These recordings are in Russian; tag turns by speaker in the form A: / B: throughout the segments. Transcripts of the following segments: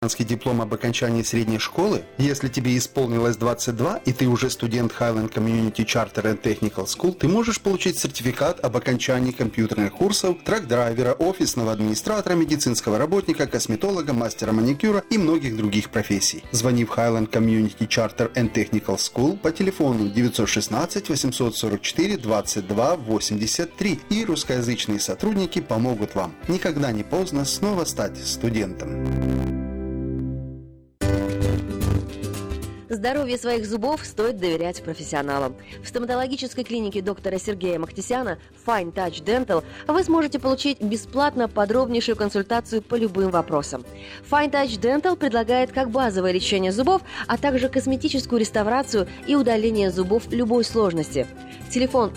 A: диплом об окончании средней школы? Если тебе исполнилось 22 и ты уже студент Highland Community Charter and Technical School, ты можешь получить сертификат об окончании компьютерных курсов, трак-драйвера, офисного администратора, медицинского работника, косметолога, мастера маникюра и многих других профессий. Звони в Highland Community Charter and Technical School по телефону 916 844 22 83, и русскоязычные сотрудники помогут вам. Никогда не поздно снова стать студентом.
B: Здоровью своих зубов стоит доверять профессионалам. В стоматологической клинике доктора Сергея Махтисяна Fine Touch Dental вы сможете получить бесплатно подробнейшую консультацию по любым вопросам. Fine Touch Dental предлагает как базовое лечение зубов, а также косметическую реставрацию и удаление зубов любой сложности. Телефон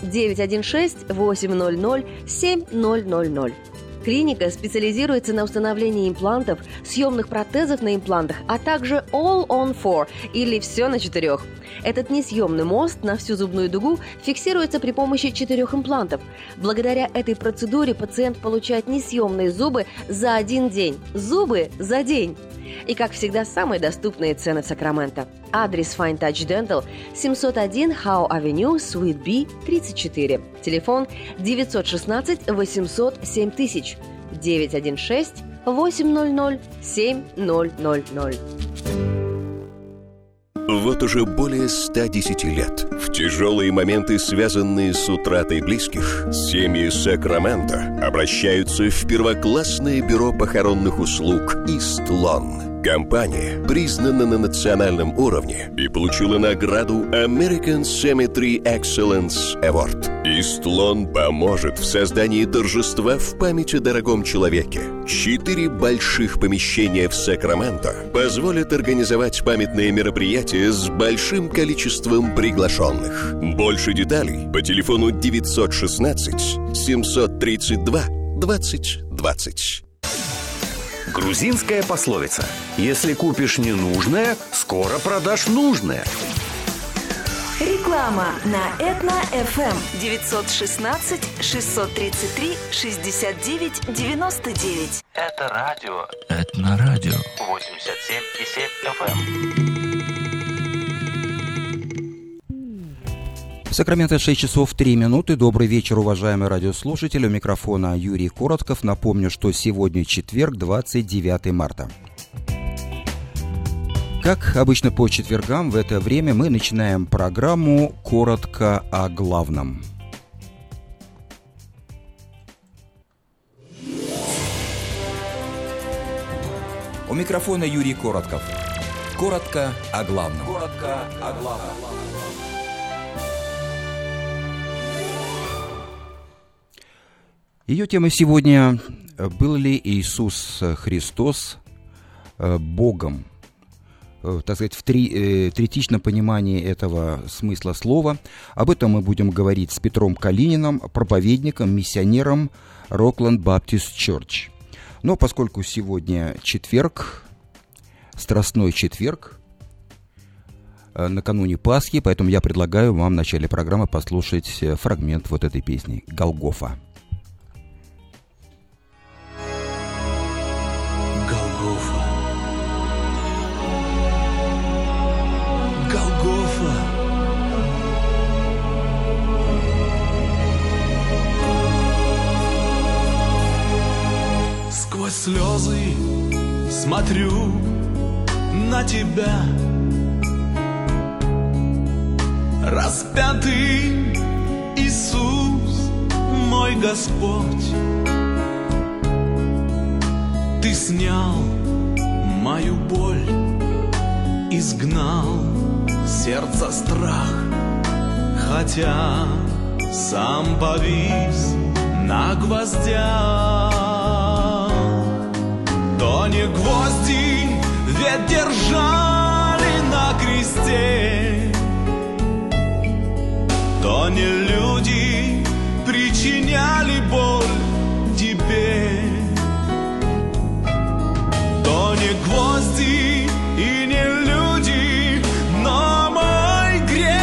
B: 916-800-7000. Клиника специализируется на установлении имплантов, съемных протезов на имплантах, а также All on 4 или «Все на 4». Этот несъемный мост на всю зубную дугу фиксируется при помощи 4 имплантов. Благодаря этой процедуре пациент получает несъемные зубы за один день. Зубы за день! И, как всегда, самые доступные цены в Сакраменто. Адрес Fine Touch Dental 701 Howe Avenue, Suite B, 34. Телефон 916 800 7000 916 800 7000.
C: Вот уже более 110 лет в тяжелые моменты, связанные с утратой близких, семьи Сакраменто обращаются в первоклассное бюро похоронных услуг «Истлон». Компания признана на национальном уровне и получила награду American Cemetery Excellence Award. Истлон поможет в создании торжества в память о дорогом человеке. 4 больших помещения в Сакраменто позволят организовать памятные мероприятия с большим количеством приглашенных. Больше деталей по телефону 916 732 2020.
D: Грузинская пословица: если купишь ненужное, скоро продашь нужное.
E: Реклама на Этно-ФМ 916-633-69-99.
F: Это радио.
G: Этно-радио
F: 87,7 FM.
G: Сакраменто 6 часов 3 минуты. Добрый вечер, уважаемые радиослушатели. У микрофона Юрий Коротков. Напомню, что сегодня четверг, 29 марта. Как обычно по четвергам в это время мы начинаем программу «Коротко о главном». У микрофона Юрий Коротков. Коротко о главном. Коротко о главном. Ее тема сегодня: был ли Иисус Христос Богом? Так сказать, в третичном понимании этого смысла слова. Об этом мы будем говорить с Петром Калининым, проповедником, миссионером Rockland Baptist Church. Но поскольку сегодня четверг, Страстной четверг, накануне Пасхи, поэтому я предлагаю вам в начале программы послушать фрагмент вот этой песни «Голгофа».
H: Сквозь слезы смотрю на тебя, распятый Иисус, мой Господь. Ты снял мою боль, изгнал сердце страх, хотя сам повис на гвоздях. То не гвозди ведь держали на кресте, то не люди причиняли боль тебе, то не гвозди и не люди, но мой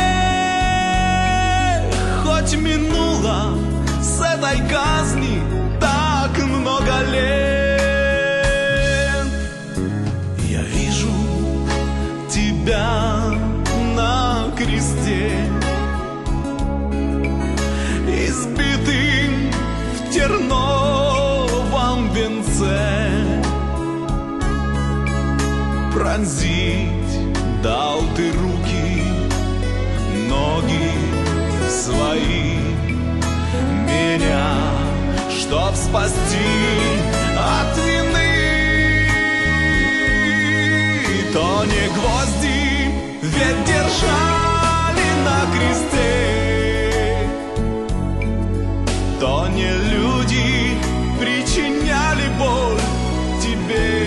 H: грех. Хоть минуло с этой казни так много лет, вижу тебя на кресте, избитым в терновом венце. Пронзить дал ты руки, ноги свои, меня, чтоб спасти от вины. То не гвозди ведь держали на кресте, то не люди причиняли боль тебе,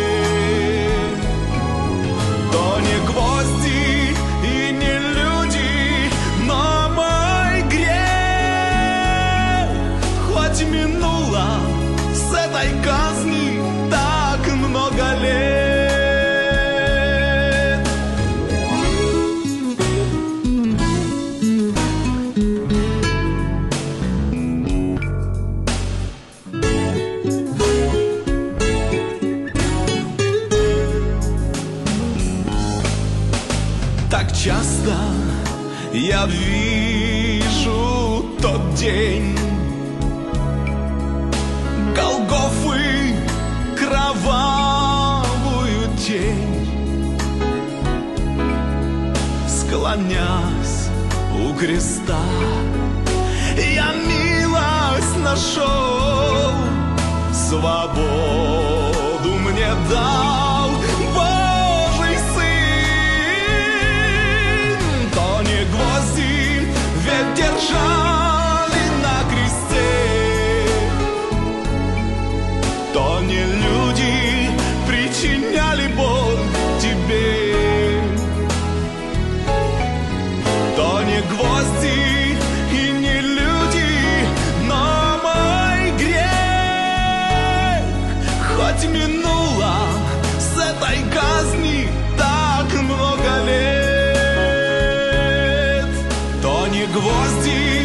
H: то не гвозди и не люди, но мой грех. Хоть минуло с этой казни так много лет. Часто я вижу тот день Голгофы, кровавую тень, склонясь у креста, я милость нашел, свободу мне дал Божий Сын. Гвозди ведь держали на кресте, то не люди причиняли боль тебе, то не гвозди и не люди, но мой грех. Хоть минуло с этой казни так много лет. Гвозди,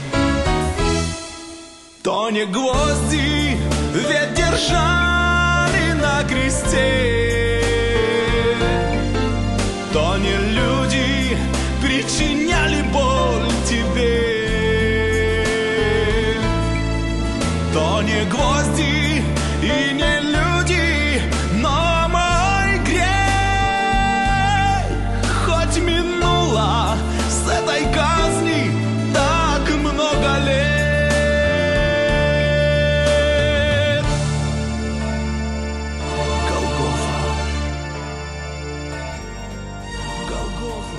H: то не гвозди ведь держали на кресте, то не люди причиняли боль тебе, то не гвозди и не люди, но мой грех. Хоть минуло с этой казни так много лет. Голгофа, Голгофа.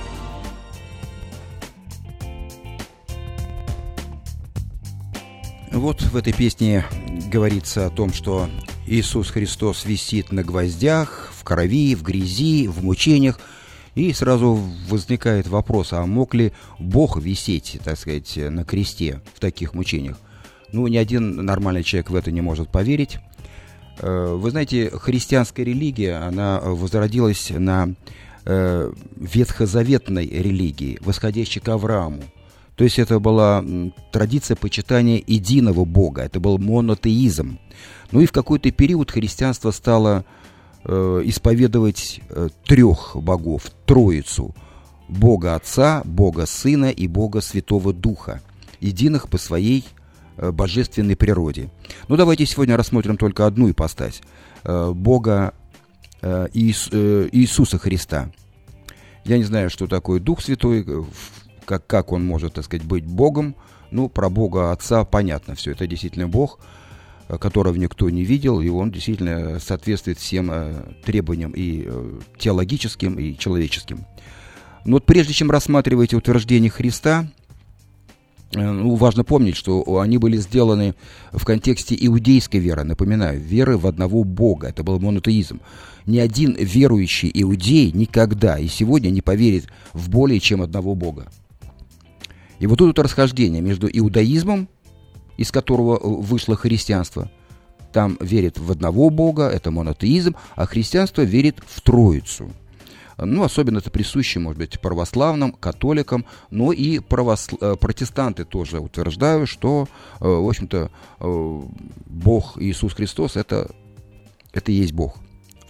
G: Вот в этой песне говорится о том, что Иисус Христос висит на гвоздях, в крови, в грязи, в мучениях. И сразу возникает вопрос, а мог ли Бог висеть, так сказать, на кресте в таких мучениях? Ну, ни один нормальный человек в это не может поверить. Вы знаете, христианская религия, она возродилась на ветхозаветной религии, восходящей к Аврааму. То есть это была традиция почитания единого Бога, это был монотеизм. Ну и в какой-то период христианство стало исповедовать трех богов, Троицу: Бога Отца, Бога Сына и Бога Святого Духа, единых по своей божественной природе. Ну, давайте сегодня рассмотрим только одну ипостась Бога Иисуса Христа. Я не знаю, что такое Дух Святой, как он может, так сказать, быть Богом. Ну, про Бога Отца понятно все. Это действительно Бог, которого никто не видел, и он действительно соответствует всем требованиям и теологическим, и человеческим. Но вот прежде чем рассматривать утверждения Христа, важно помнить, что они были сделаны в контексте иудейской веры. Напоминаю, веры в одного Бога. Это был монотеизм. Ни один верующий иудей никогда и сегодня не поверит в более чем одного Бога. И вот тут расхождение между иудаизмом, из которого вышло христианство. Там верят в одного Бога, это монотеизм, а христианство верит в Троицу. Ну, особенно это присуще, может быть, православным, католикам, но и протестанты тоже утверждают, что, в общем-то, Бог Иисус Христос это и есть Бог.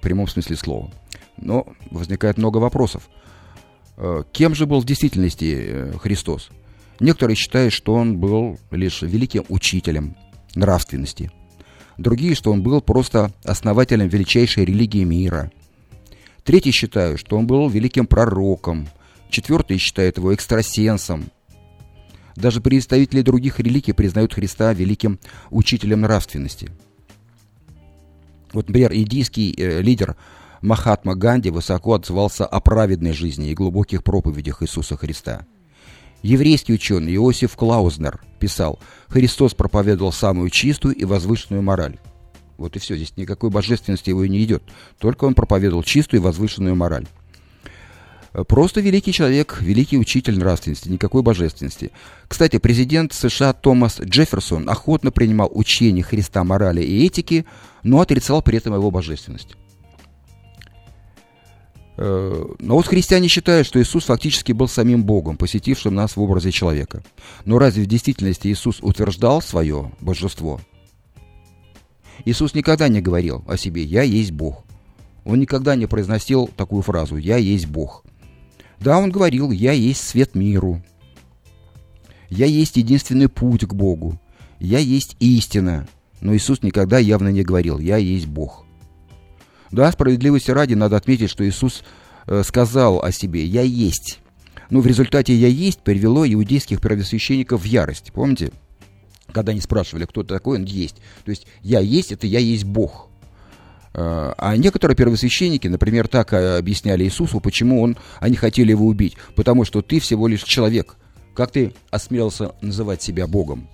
G: прямом смысле слова. Но возникает много вопросов. Кем же был в действительности Христос? Некоторые считают, что он был лишь великим учителем нравственности. Другие, что он был просто основателем величайшей религии мира. Третьи считают, что он был великим пророком. Четвертые считают его экстрасенсом. Даже представители других религий признают Христа великим учителем нравственности. Вот, например, индийский лидер Махатма Ганди высоко отзывался о праведной жизни и глубоких проповедях Иисуса Христа. Еврейский ученый Иосиф Клаузнер писал: «Христос проповедовал самую чистую и возвышенную мораль». Вот и все, здесь никакой божественности его и не идет. Только он проповедовал чистую и возвышенную мораль. Просто великий человек, великий учитель нравственности, никакой божественности. Кстати, президент США Томас Джефферсон охотно принимал учение Христа морали и этики, но отрицал при этом его божественность. Но вот христиане считают, что Иисус фактически был самим Богом, посетившим нас в образе человека. Но разве в действительности Иисус утверждал свое божество? Иисус никогда не говорил о себе «Я есть Бог». Он никогда не произносил такую фразу «Я есть Бог». Да, он говорил «Я есть свет миру». «Я есть единственный путь к Богу». «Я есть истина». Но Иисус никогда явно не говорил «Я есть Бог». Да, справедливости ради надо отметить, что Иисус сказал о себе «Я есть». Но в результате «Я есть» привело иудейских первосвященников в ярость. Помните? Когда они спрашивали, кто такой, он есть. То есть «Я есть» — это «Я есть Бог». А некоторые первосвященники, например, так объясняли Иисусу, почему они хотели его убить. Потому что ты всего лишь человек. Как ты осмелился называть себя Богом?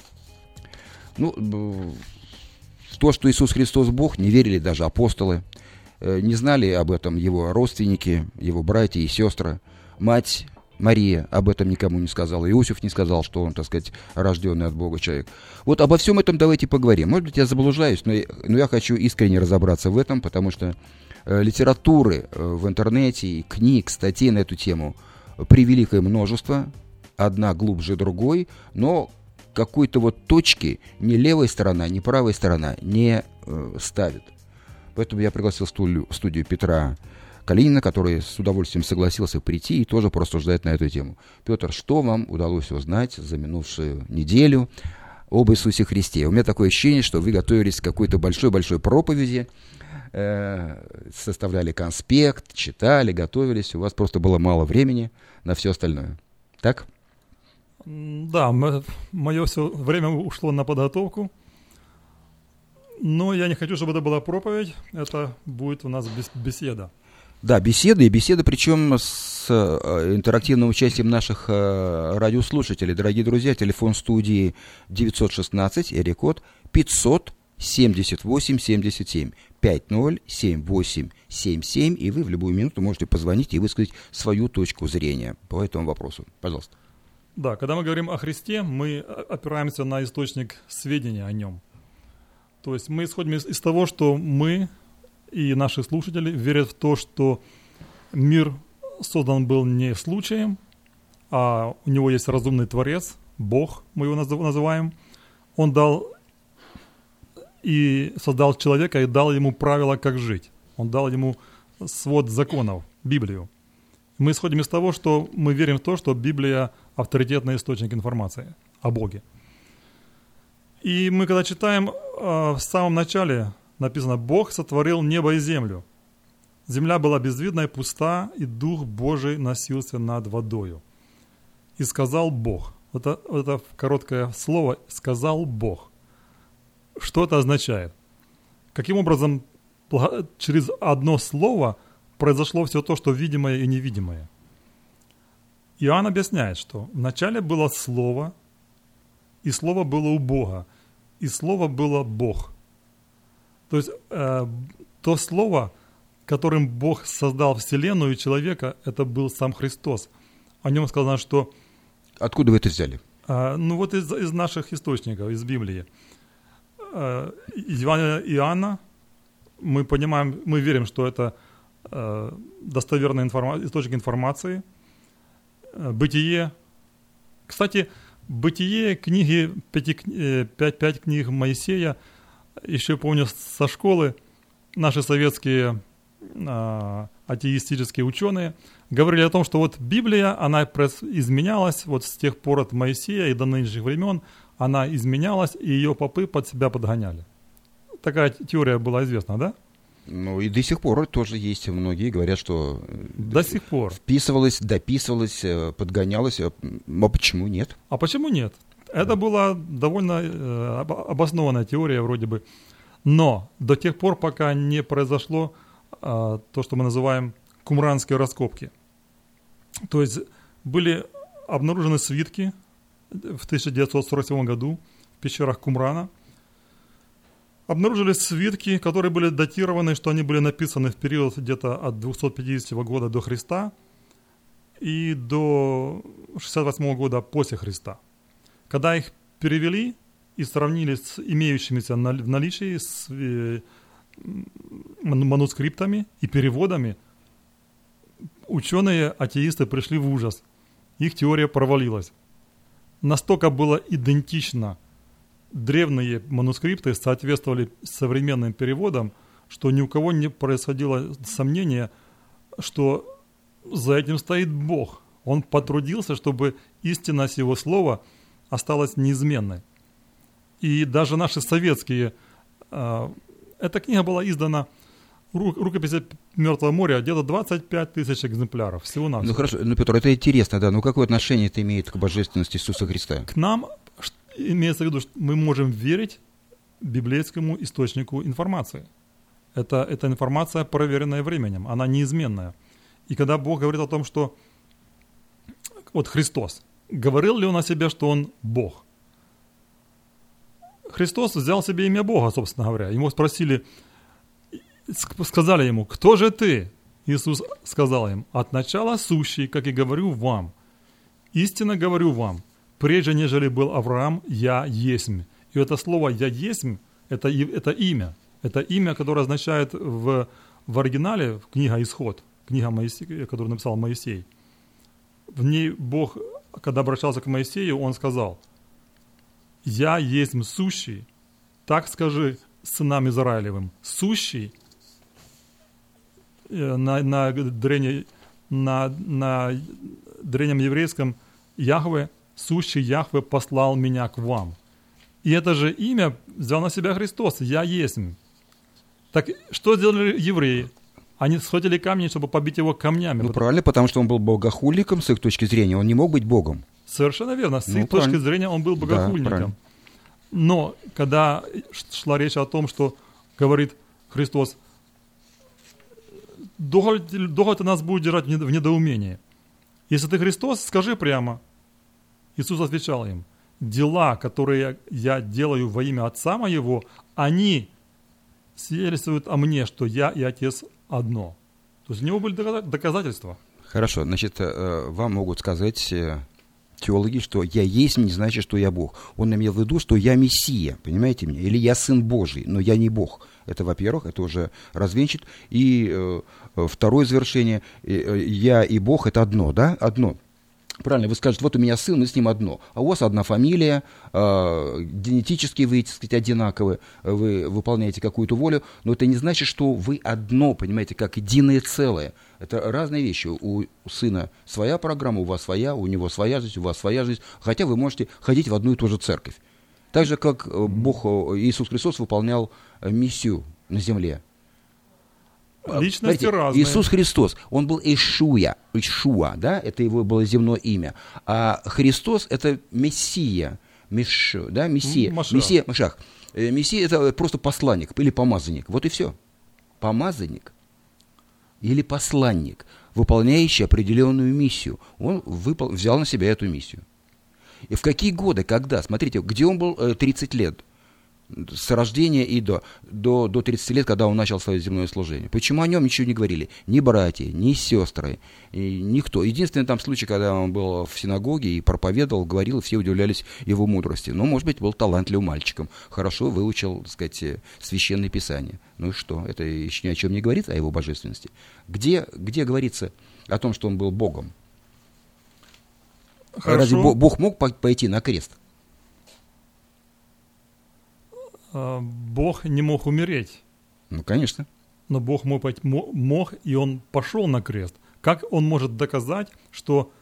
G: Ну, в то, что Иисус Христос Бог, не верили даже апостолы. Не знали об этом его родственники, его братья и сестры. Мать Мария об этом никому не сказала. Иосиф не сказал, что он, так сказать, рожденный от Бога человек. Вот обо всем этом давайте поговорим. Может быть, я заблуждаюсь, но я хочу искренне разобраться в этом, потому что литературы в интернете, и книг, статей на эту тему превеликое множество. Одна глубже другой, но какой-то вот точки ни левая сторона, ни правая сторона не ставит. Поэтому я пригласил в студию Петра Калинина, который с удовольствием согласился прийти и тоже порассуждать на эту тему. Петр, что вам удалось узнать за минувшую неделю об Иисусе Христе? У меня такое ощущение, что вы готовились к какой-то большой-большой проповеди, составляли конспект, читали, готовились. У вас просто было мало времени на все остальное. Так?
I: Да, мое все время ушло на подготовку. Но я не хочу, чтобы это была проповедь. Это будет у нас беседа.
G: Да, беседы, причем с интерактивным участием наших радиослушателей. Дорогие друзья, телефон студии 916, эрикод 500-78-77, 50-78-77, и вы в любую минуту можете позвонить и высказать свою точку зрения по этому вопросу. Пожалуйста.
I: Да, когда мы говорим о Христе, мы опираемся на источник сведения о нем. То есть мы исходим из того, что мы и наши слушатели верят в то, что мир создан был не случаем, а у него есть разумный Творец, Бог, мы его называем. Он дал и создал человека и дал ему правила, как жить. Он дал ему свод законов, Библию. Мы исходим из того, что мы верим в то, что Библия – авторитетный источник информации о Боге. И мы, когда читаем, в самом начале написано: «Бог сотворил небо и землю. Земля была безвидна и пуста, и Дух Божий носился над водою. И сказал Бог». Это короткое слово «сказал Бог». Что это означает? Каким образом через одно слово произошло все то, что видимое и невидимое? Иоанн объясняет, что вначале было Слово, и Слово было у Бога, и Слово было Бог. То есть то Слово, которым Бог создал Вселенную и человека, это был сам Христос. О нем сказано, что...
G: Откуда вы это взяли?
I: Вот из наших источников, из Библии. Из Иоанна мы понимаем, мы верим, что это достоверный источник информации. Бытие. Кстати, Бытие, книги, 5 книг Моисея, еще помню со школы, наши советские атеистические ученые говорили о том, что вот Библия, она изменялась вот с тех пор от Моисея и до нынешних времен, она изменялась, и ее попы под себя подгоняли. Такая теория была известна, да?
G: Ну и до сих пор тоже есть. Многие говорят, что
I: до сих пор
G: вписывалось, дописывалось, подгонялось. А почему нет?
I: А почему нет? Это была довольно обоснованная теория вроде бы. Но до тех пор, пока не произошло то, что мы называем кумранские раскопки. То есть были обнаружены свитки в 1947 году в пещерах Кумрана. Обнаружились свитки, которые были датированы, что они были написаны в период где-то от 250 года до Христа и до 68 года после Христа. Когда их перевели и сравнили с имеющимися в наличии с манускриптами и переводами, ученые-атеисты пришли в ужас. Их теория провалилась. Настолько было идентично древние манускрипты соответствовали современным переводам, что ни у кого не происходило сомнения, что за этим стоит Бог. Он потрудился, чтобы истинность его слова осталась неизменной. И даже наши советские... Эта книга была издана, рукописи Мертвого моря, где-то 25 тысяч экземпляров всего-навсего.
G: Ну хорошо, Петр, это интересно, да, но какое отношение это имеет к божественности Иисуса Христа?
I: К нам имеется в виду, что мы можем верить библейскому источнику информации. Это информация, проверенная временем, она неизменная. И когда Бог говорит о том, что вот Христос, говорил ли он о себе, что он Бог? Христос взял себе имя Бога, собственно говоря. Ему спросили, сказали ему, кто же ты? Иисус сказал им, от начала сущий, как и говорю вам. Истинно говорю вам, прежде нежели был Авраам, я есмь. И это слово «я есмь» – это имя. Это имя, которое означает в оригинале, в книга «Исход», книга, которую написал Моисей. В ней Бог, когда обращался к Моисею, он сказал, «Я есмь сущий, так скажи сынам Израилевым». Сущий на древнем еврейском Яхве, сущий Яхве послал меня к вам. И это же имя взял на себя Христос, «Я есмь». Так что сделали евреи? Они схватили камни, чтобы побить его камнями.
G: Ну правильно, потому что он был богохульником с их точки зрения, он не мог быть Богом.
I: Совершенно верно, с их точки зрения он был богохульником.
G: Да,
I: но когда шла речь о том, что говорит Христос, долго ты нас будешь держать в недоумении? Если ты Христос, скажи прямо. Иисус отвечал им, дела, которые я делаю во имя Отца моего, они свидетельствуют о мне, что я и Отец одно. То есть у него были доказательства.
G: Хорошо, значит, вам могут сказать теологи, что я есть не значит, что я Бог. Он имел в виду, что я Мессия, понимаете меня? Или я Сын Божий, но я не Бог. Это, во-первых, это уже развенчит. И второе завершение, я и Бог это одно, да? Одно. Правильно, вы скажете, вот у меня сын, мы с ним одно. А у вас одна фамилия, генетически вы, так сказать, одинаковы, вы выполняете какую-то волю, но это не значит, что вы одно, понимаете, как единое целое. Это разные вещи. У сына своя программа, у вас своя, у него своя жизнь, у вас своя жизнь, хотя вы можете ходить в одну и ту же церковь. Так же, как Бог, Иисус Христос выполнял миссию на земле.
I: Личности разные.
G: Иисус Христос, он был Ишуа, да, это его было земное имя. А Христос это Мессия, да, Мессия, Машах. Мессия это просто посланник или помазанник. Вот и все. Помазанник или посланник, выполняющий определенную миссию. Он взял на себя эту миссию. И в какие годы, когда? Смотрите, где он был 30 лет? С рождения и до 30 лет, когда он начал свое земное служение. Почему о нем ничего не говорили? Ни братья, ни сестры, никто. Единственный там случай, когда он был в синагоге и проповедовал, говорил, и все удивлялись его мудрости. Ну, может быть, был талантливым мальчиком, хорошо выучил, так сказать, священное писание. Ну и что? Это еще ни о чем не говорит о его божественности. Где говорится о том, что он был Богом?
I: Хорошо.
G: Разве Бог мог пойти на крест?
I: Бог не мог умереть.
G: Ну, конечно.
I: Но Бог мог, и Он пошел на крест. Как Он может доказать, что...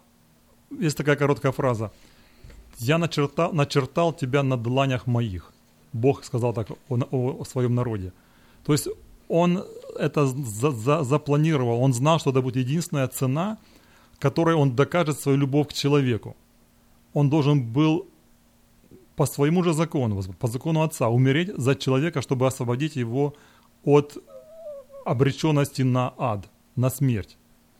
I: Есть такая короткая фраза. «Я начертал тебя на дланях моих». Бог сказал так о своем народе. То есть Он это запланировал. Он знал, что это будет единственная цена, которой Он докажет свою любовь к человеку. Он должен был по своему же закону, по закону Отца, умереть за человека, чтобы освободить его от обреченности на ад, на смерть.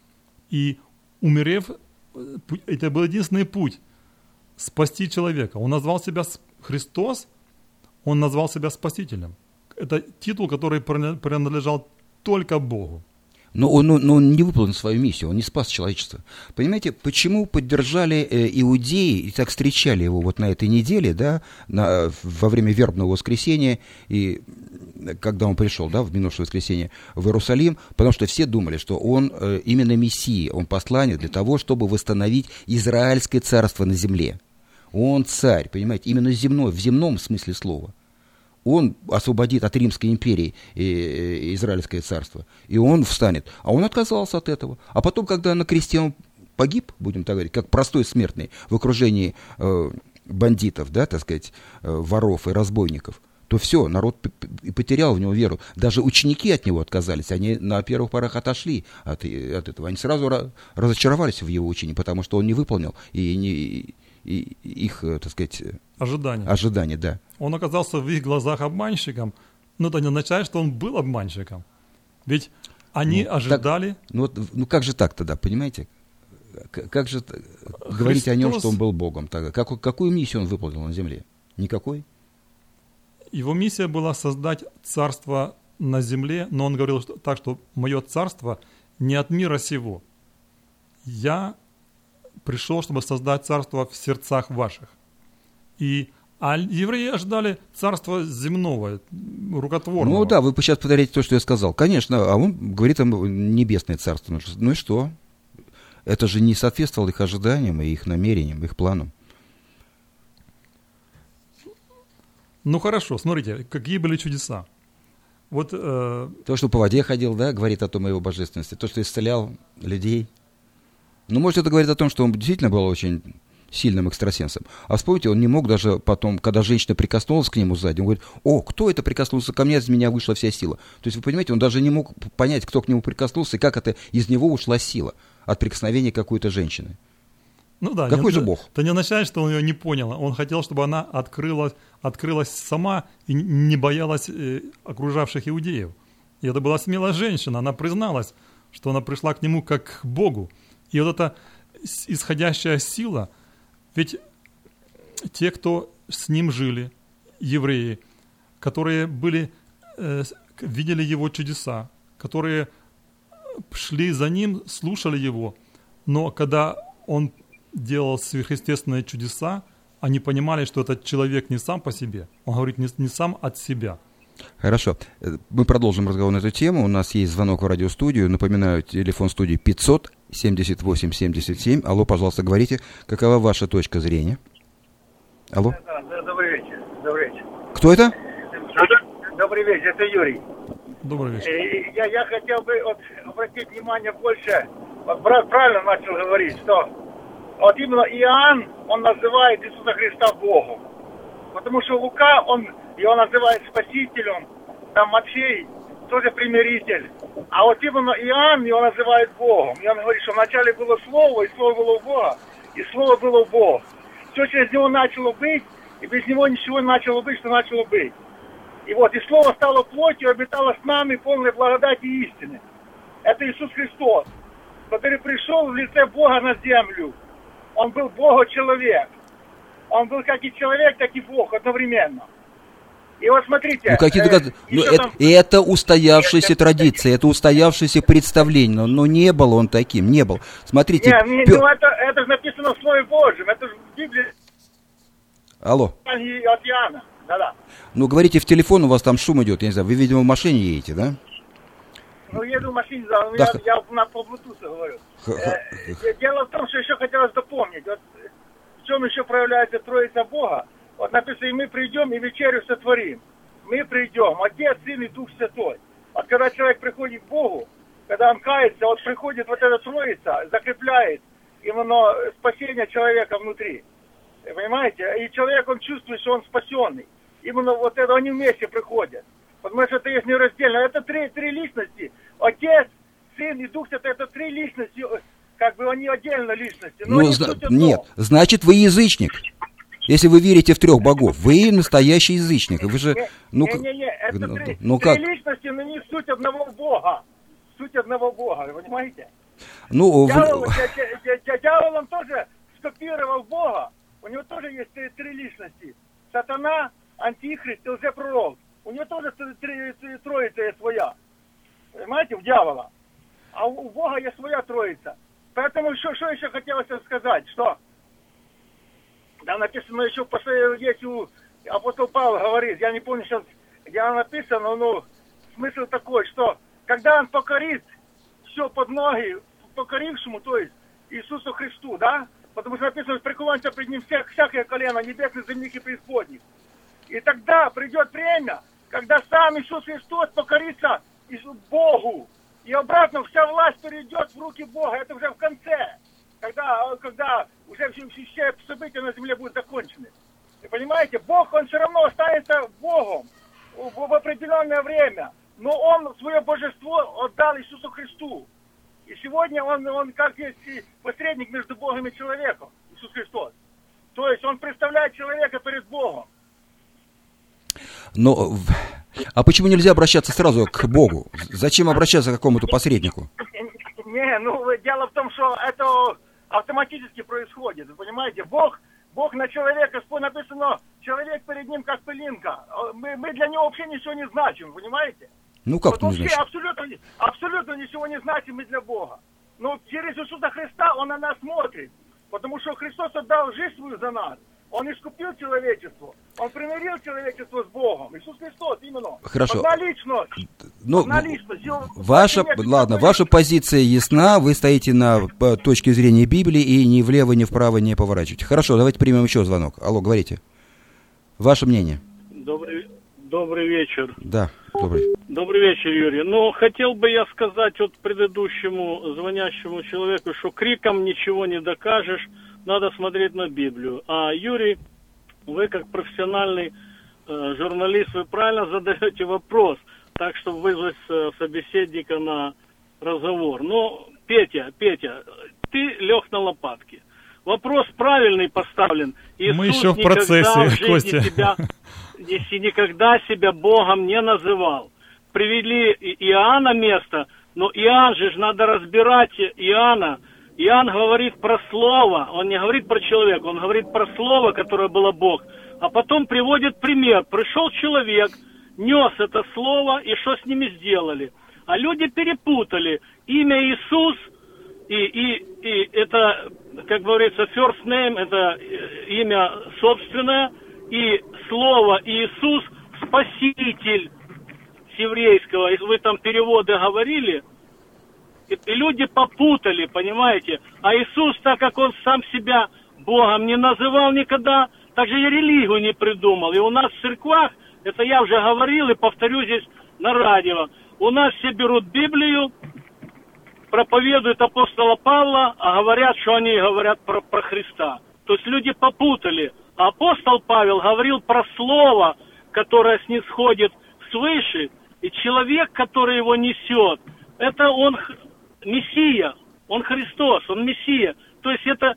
I: И умерев, это был единственный путь спасти человека. Он назвал себя Христос, Он назвал себя Спасителем. Это титул, который принадлежал только Богу.
G: Но он не выполнил свою миссию, он не спас человечество. Понимаете, почему поддержали иудеи и так встречали его вот на этой неделе, да, во время вербного воскресения, и когда он пришел, да, в минувшее воскресенье в Иерусалим, потому что все думали, что он именно Мессия, он посланник для того, чтобы восстановить Израильское царство на земле. Он царь, понимаете, именно земной, в земном смысле слова. Он освободит от Римской империи Израильское царство, и он встанет. А он отказался от этого. А потом, когда на кресте он погиб, будем так говорить, как простой смертный в окружении бандитов, да, так сказать, воров и разбойников, то все, народ потерял в него веру. Даже ученики от него отказались, они на первых порах отошли от этого. Они сразу разочаровались в его учении, потому что он не выполнил и их, так сказать, ожидания, да.
I: Он оказался в их глазах обманщиком, но это не означает, что он был обманщиком. Ведь они ожидали...
G: Как же так тогда, понимаете? Как же говорить о нем, что он был Богом тогда? Какую миссию он выполнил на земле? Никакой?
I: Его миссия была создать царство на земле, но он говорил так, что мое царство не от мира сего. Я пришел, чтобы создать царство в сердцах ваших. А евреи ожидали царства земного, рукотворного.
G: Ну да, вы сейчас повторяете то, что я сказал. Конечно, а он говорит о небесное царство. Ну и что? Это же не соответствовало их ожиданиям, и их намерениям, их планам.
I: Ну хорошо, смотрите, какие были чудеса. Вот,
G: то, что по воде ходил, да, говорит о том его божественности. То, что исцелял людей. Ну, может, это говорит о том, что он действительно был очень сильным экстрасенсом. А вспомните, он не мог даже потом, когда женщина прикоснулась к нему сзади, он говорит: «О, кто это прикоснулся ко мне, из меня вышла вся сила». То есть, вы понимаете, он даже не мог понять, кто к нему прикоснулся, и как это из него ушла сила от прикосновения какой-то женщины.
I: Ну да,
G: какой же Бог?
I: Это не означает, что он ее не понял. Он хотел, чтобы она открылась сама и не боялась окружавших иудеев. И это была смелая женщина. Она призналась, что она пришла к нему как к Богу. И вот эта исходящая сила, ведь те, кто с ним жили, евреи, которые видели его чудеса, которые шли за ним, слушали его, но когда он делал сверхъестественные чудеса, они понимали, что этот человек не сам по себе, он говорит не сам от себя.
G: Хорошо. Мы продолжим разговор на эту тему. У нас есть звонок в радиостудию. Напоминаю, телефон студии 500-78-77. Алло, пожалуйста, говорите, какова ваша точка зрения? Алло?
J: Добрый вечер. Добрый вечер.
G: Кто это?
J: Добрый вечер, это Юрий.
I: Добрый вечер.
J: Я хотел бы обратить внимание больше. Вот брат правильно начал говорить, что вот именно Иоанн, он называет Иисуса Христа Богом. Потому что Лука, его называет Спасителем, там Матфей тоже примиритель. А вот именно Иоанн его называет Богом. И он говорит, что вначале было Слово, и Слово было у Бога, и Слово было Бог. Все через него начало быть, и без него ничего не начало быть, что начало быть. И вот, и Слово стало плотью, обитало с нами, полной благодати и истины. Это Иисус Христос, который пришел в лице Бога на землю. Он был Бога-человек. Он был как и человек, так и Бог одновременно. И вот смотрите...
G: Это устоявшаяся традиция, это устоявшееся представление, но не был он таким, не был. Смотрите...
J: это же написано в Слове Божьем, это же в Библии.
G: Алло.
J: От Иоанна, да-да.
G: Ну, говорите в телефон, у вас там шум идет, я не знаю, вы, видимо, в машине едете, да?
J: Ну, еду в машине, да, я по Bluetooth говорю. Дело в том, что еще хотелось дополнить. Вот в чем еще проявляется Троица Бога? Вот написано, и мы придем, и вечерю сотворим. Мы придем, Отец, Сын и Дух Святой. Вот когда человек приходит к Богу, когда он кается, вот приходит вот эта троица, закрепляет именно спасение человека внутри. Понимаете? И человек, он чувствует, что он спасенный. Именно вот это они вместе приходят. Потому что это есть нераздельно. Это три личности. Отец, Сын и Дух Святой, это три личности. Как бы они отдельно личности. Но
G: нет, значит, вы язычник. Если вы верите в 3 богов, вы настоящий язычник. Вы же,
J: это три личности, но не суть одного Бога. Суть одного Бога, вы понимаете? Дьявол он тоже скопировал Бога. У него тоже есть три личности. Сатана, антихрист и лжепророк. У него тоже троица есть своя. Понимаете, у дьявола. А у Бога есть своя троица. Поэтому что еще хотелось сказать, что там написано еще, есть у апостол Павел говорит, я не помню сейчас, где оно написано, но смысл такой, что когда он покорит все под ноги покорившему, то есть Иисусу Христу, да, потому что написано, преклонится пред ним всякое колено небесных, земных и преисподних. И тогда придет время, когда сам Иисус Христос покорится Богу, и обратно вся власть перейдет в руки Бога, это уже в конце. Когда уже все события на земле будут закончены. Вы понимаете, Бог, он все равно останется Богом в определенное время. Но он свое божество отдал Иисусу Христу. И сегодня он как есть посредник между Богом и человеком, Иисус Христос. То есть он представляет человека перед Богом.
G: Но, а почему нельзя обращаться сразу к Богу? Зачем обращаться к какому-то посреднику?
J: Дело в том, что это автоматически происходит, вы понимаете? Бог на человека, написано, человек перед ним как пылинка. Мы для него вообще ничего не значим, понимаете?
G: Как
J: не значим? Абсолютно ничего не значим мы для Бога. Но через Иисуса Христа Он на нас смотрит, потому что Христос отдал жизнь свою за нас. Он искупил человечество. Он примирил человечество с Богом. Иисус Христос именно.
G: Хорошо.
J: Одна личность.
G: Ваша позиция ясна. Вы стоите на точке зрения Библии и ни влево, ни вправо не поворачиваете. Хорошо, давайте примем еще звонок. Алло, говорите. Ваше мнение.
K: Добрый вечер.
G: Да, добрый.
K: Добрый вечер, Юрий. Хотел бы я сказать предыдущему звонящему человеку, что криком ничего не докажешь. Надо смотреть на Библию. А, Юрий, вы как профессиональный журналист, вы правильно задаете вопрос, так, чтобы вызвать собеседника на разговор. Петя, ты лег на лопатки. Вопрос правильный поставлен. Иисус
I: мы еще в процессе, Костя.
K: Никогда себя Богом не называл. Привели Иоанна место, но Иоанн же надо разбирать Иоанна. Иоанн говорит про слово, он не говорит про человека, он говорит про слово, которое было Бог. А потом приводит пример. Пришел человек, нес это слово, и что с ними сделали? А люди перепутали имя Иисус, и это, как говорится, first name, это имя собственное, и слово Иисус, Спаситель с еврейского. Если вы там переводы говорили, и люди попутали, понимаете? А Иисус, так как Он сам себя Богом не называл никогда, так же и религию не придумал. И у нас в церквах, это я уже говорил и повторю здесь на радио, у нас все берут Библию, проповедуют апостола Павла, а говорят, что они говорят про Христа. То есть люди попутали. А апостол Павел говорил про слово, которое снисходит свыше, и человек, который его несет, это он Мессия, он Христос, он Мессия. То есть это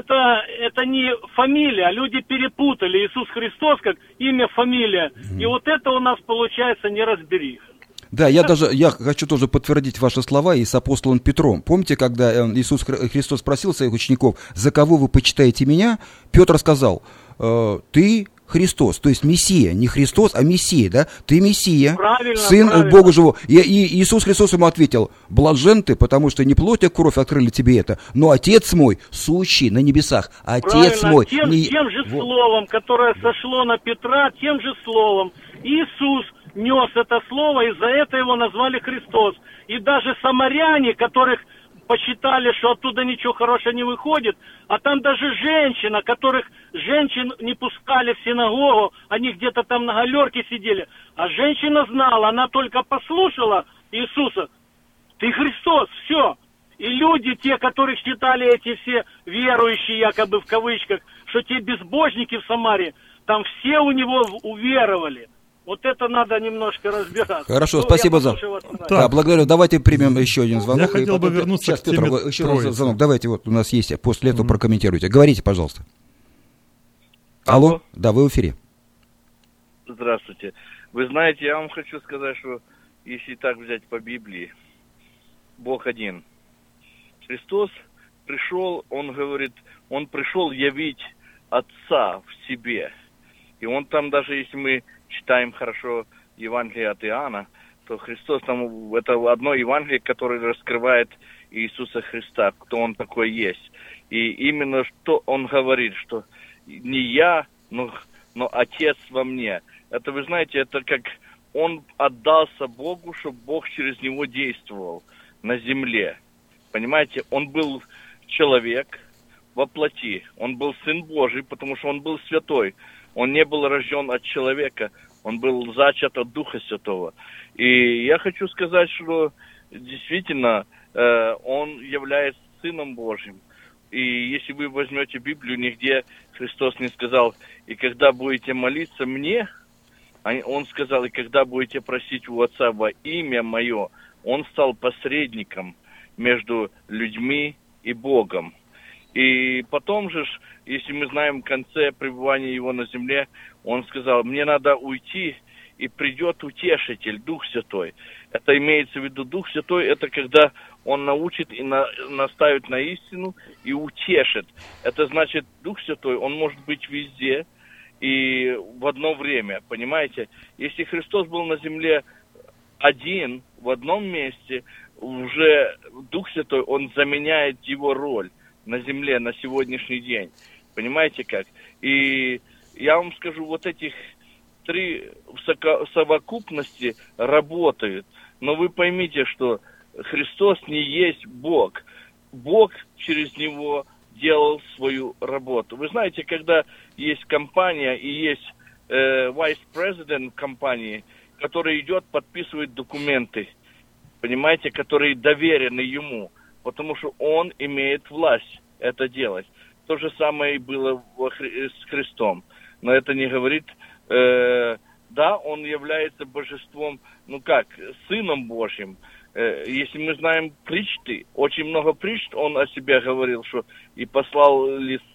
K: не фамилия, люди перепутали Иисус Христос как имя, фамилия. И вот это у нас получается неразбериха.
G: Да, я хочу тоже подтвердить ваши слова и с апостолом Петром. Помните, когда Иисус Христос спросил своих учеников, за кого вы почитаете меня? Петр сказал, ты Христос, то есть Мессия, не Христос, а Мессия, да? Ты Мессия, Сын Бога Живого. И Иисус Христос ему ответил, блажен ты, потому что не плоть и кровь открыли тебе это, но Отец мой, сущий на небесах, Отец мой.
K: Тем же словом, которое сошло на Петра, тем же словом Иисус нес это слово, и за это его назвали Христос. И даже самаряне, которых посчитали, что оттуда ничего хорошего не выходит, а там даже женщина, женщин не пускали в синагогу, они где-то там на галерке сидели, а женщина знала, она только послушала Иисуса, ты Христос, все. И люди, те, которых считали эти все верующие, якобы в кавычках, что те безбожники в Самаре, там все у него уверовали. Вот это надо немножко разбираться.
G: Хорошо, спасибо за... Да, благодарю. Давайте примем еще один звонок.
I: Я хотел бы вернуться
G: сейчас,
I: к теме
G: Петр, еще раз звонок. Давайте, вот у нас есть, после этого прокомментируйте. Говорите, пожалуйста. Алло? Да, вы в эфире.
L: Здравствуйте. Вы знаете, я вам хочу сказать, что если так взять по Библии, Бог один. Христос пришел, он говорит, он пришел явить Отца в себе. И он там даже, если мы читаем хорошо Евангелие от Иоанна, то Христос там, это одно Евангелие, которое раскрывает Иисуса Христа, кто он такой есть. И именно что он говорит, что не я, но Отец во мне. Это, вы знаете, это как он отдался Богу, чтобы Бог через него действовал на земле. Понимаете, он был человек во плоти, он был Сын Божий, потому что он был святой. Он не был рожден от человека, он был зачат от Духа Святого. И я хочу сказать, что действительно он является Сыном Божьим. И если вы возьмете Библию, нигде Христос не сказал, и когда будете молиться мне, он сказал, и когда будете просить у Отца во имя мое, он стал посредником между людьми и Богом. И потом же, если мы знаем в конце пребывания его на земле, он сказал, мне надо уйти, и придет утешитель, Дух Святой. Это имеется в виду Дух Святой, это когда он научит и наставит на истину и утешит. Это значит, Дух Святой, он может быть везде и в одно время, понимаете? Если Христос был на земле один, в одном месте, уже Дух Святой, он заменяет его роль на земле на сегодняшний день. Понимаете как? И я вам скажу, вот этих три в совокупности работают. Но вы поймите, что Христос не есть Бог. Бог через него делал свою работу. Вы знаете, когда есть компания и есть vice-president компании, который идет, подписывает документы, понимаете, которые доверены ему, потому что он имеет власть это делать. То же самое и было с Христом. Но это не говорит, да, он является божеством, Сыном Божьим. Если мы знаем притчи, очень много притч он о себе говорил, что и послал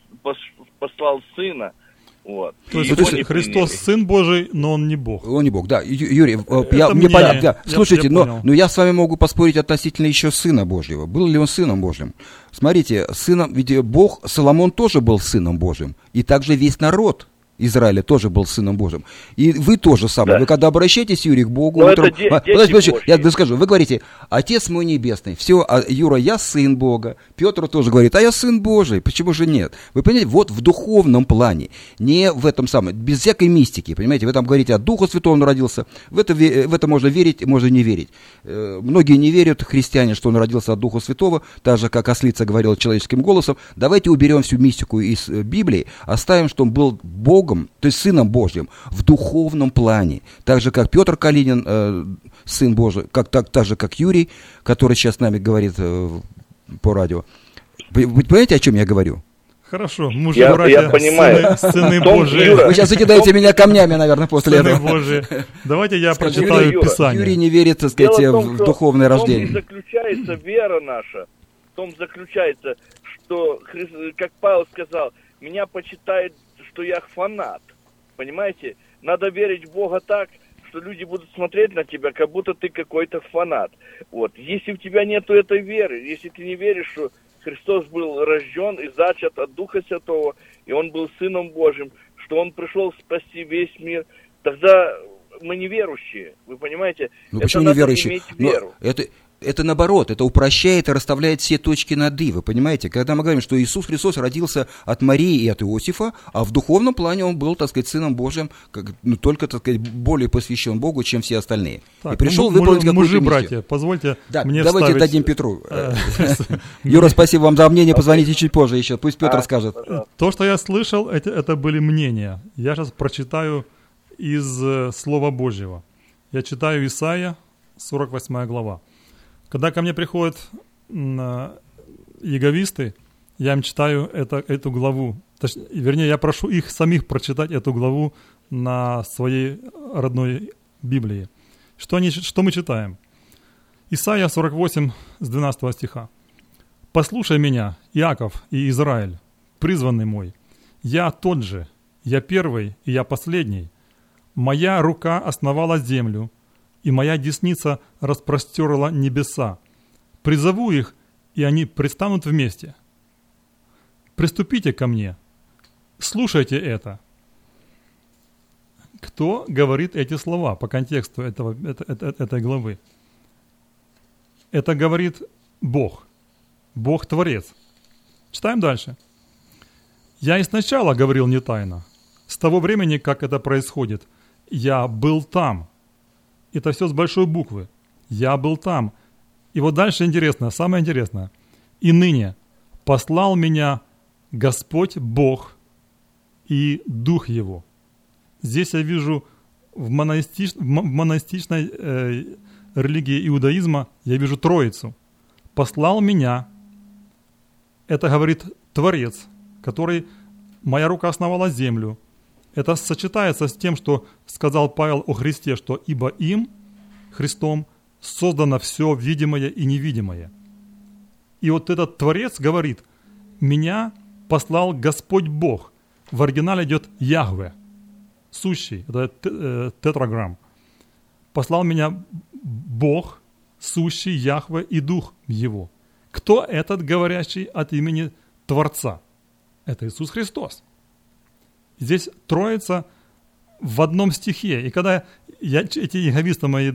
L: Сына. Вот.
I: То есть Христос Сын Божий, но он не Бог.
G: Он не Бог, да. Юрий, мне понятно. Да. Слушайте, но я с вами могу поспорить относительно еще Сына Божьего. Был ли он Сыном Божьим? Смотрите, ведь Бог, Соломон тоже был Сыном Божьим. И также весь народ Израиля тоже был Сыном Божьим. И вы тоже самое. Да. Вы когда обращаетесь, Юрий, к Богу... Подождите, я скажу. Вы говорите, Отец мой Небесный. Все, Юра, я Сын Бога. Петр тоже говорит, а я Сын Божий. Почему же нет? Вы понимаете, вот в духовном плане. Не в этом самом, без всякой мистики. Понимаете, вы там говорите, от Духа Святого он родился. В это можно верить, можно не верить. Многие не верят, христиане, что он родился от Духа Святого. Так же, как ослица говорила человеческим голосом. Давайте уберем всю мистику из Библии. Оставим, что он был Богом, то есть Сыном Божьим, в духовном плане. Так же, как Петр Калинин, Сын Божий, так же, как Юрий, который сейчас с нами говорит по радио. Вы понимаете, о чем я говорю?
I: Хорошо, мужи-братья, сыны Божии.
G: Вы сейчас закидаете меня камнями, наверное, после этого.
I: Божии. Давайте я прочитаю Писание.
G: Юрий не верит, так сказать, в духовное рождение.
L: В том заключается вера наша, в том заключается, что, как Павел сказал, меня почитает, что я фанат, понимаете? Надо верить в Бога так, что люди будут смотреть на тебя, как будто ты какой-то фанат. Вот. Если у тебя нету этой веры, если ты не веришь, что Христос был рожден и зачат от Духа Святого, и Он был Сыном Божьим, что Он пришел спасти весь мир, тогда мы неверующие, вы понимаете?
G: Ну почему неверующие? Это наоборот, это упрощает и расставляет все точки над «и», вы понимаете? Когда мы говорим, что Иисус Христос родился от Марии и от Иосифа, а в духовном плане он был, так сказать, Сыном Божьим, только, так сказать, более посвящен Богу, чем все остальные.
I: Так,
G: и пришел выполнить какую-то миссию.
I: Мужи-братья, позвольте мне
G: давайте
I: вставить...
G: дадим Петру. Юра, спасибо вам за мнение, позвоните чуть позже еще, пусть Петр скажет.
I: То, что я слышал, это были мнения. Я сейчас прочитаю из Слова Божьего. Я читаю Исаия, 48 глава. Когда ко мне приходят иеговисты, я им читаю эту главу. Вернее, я прошу их самих прочитать эту главу на своей родной Библии. Что мы читаем? Исаия 48, с 12 стиха. «Послушай меня, Иаков и Израиль, призванный мой. Я тот же, я первый и я последний. Моя рука основала землю, и моя десница распростерла небеса. Призову их, и они предстанут вместе. Приступите ко мне. Слушайте это». Кто говорит эти слова по контексту этой главы? Это говорит Бог. Бог-творец. Читаем дальше. «Я и сначала говорил не тайно. С того времени, как это происходит, я был там». Это все с большой буквы. Я был там. И вот дальше интересно, самое интересное. «И ныне послал меня Господь Бог и Дух Его». Здесь я вижу в монастичной религии иудаизма, я вижу Троицу. «Послал меня». Это говорит Творец, который «моя рука основала землю». Это сочетается с тем, что сказал Павел о Христе, что «ибо им, Христом, создано все видимое и невидимое». И вот этот Творец говорит: «Меня послал Господь Бог». В оригинале идет Яхве, сущий, это тетраграмм. «Послал меня Бог, сущий Яхве и Дух Его». Кто этот, говорящий от имени Творца? Это Иисус Христос. Здесь Троица в одном стихе. И когда эти иеговисты мои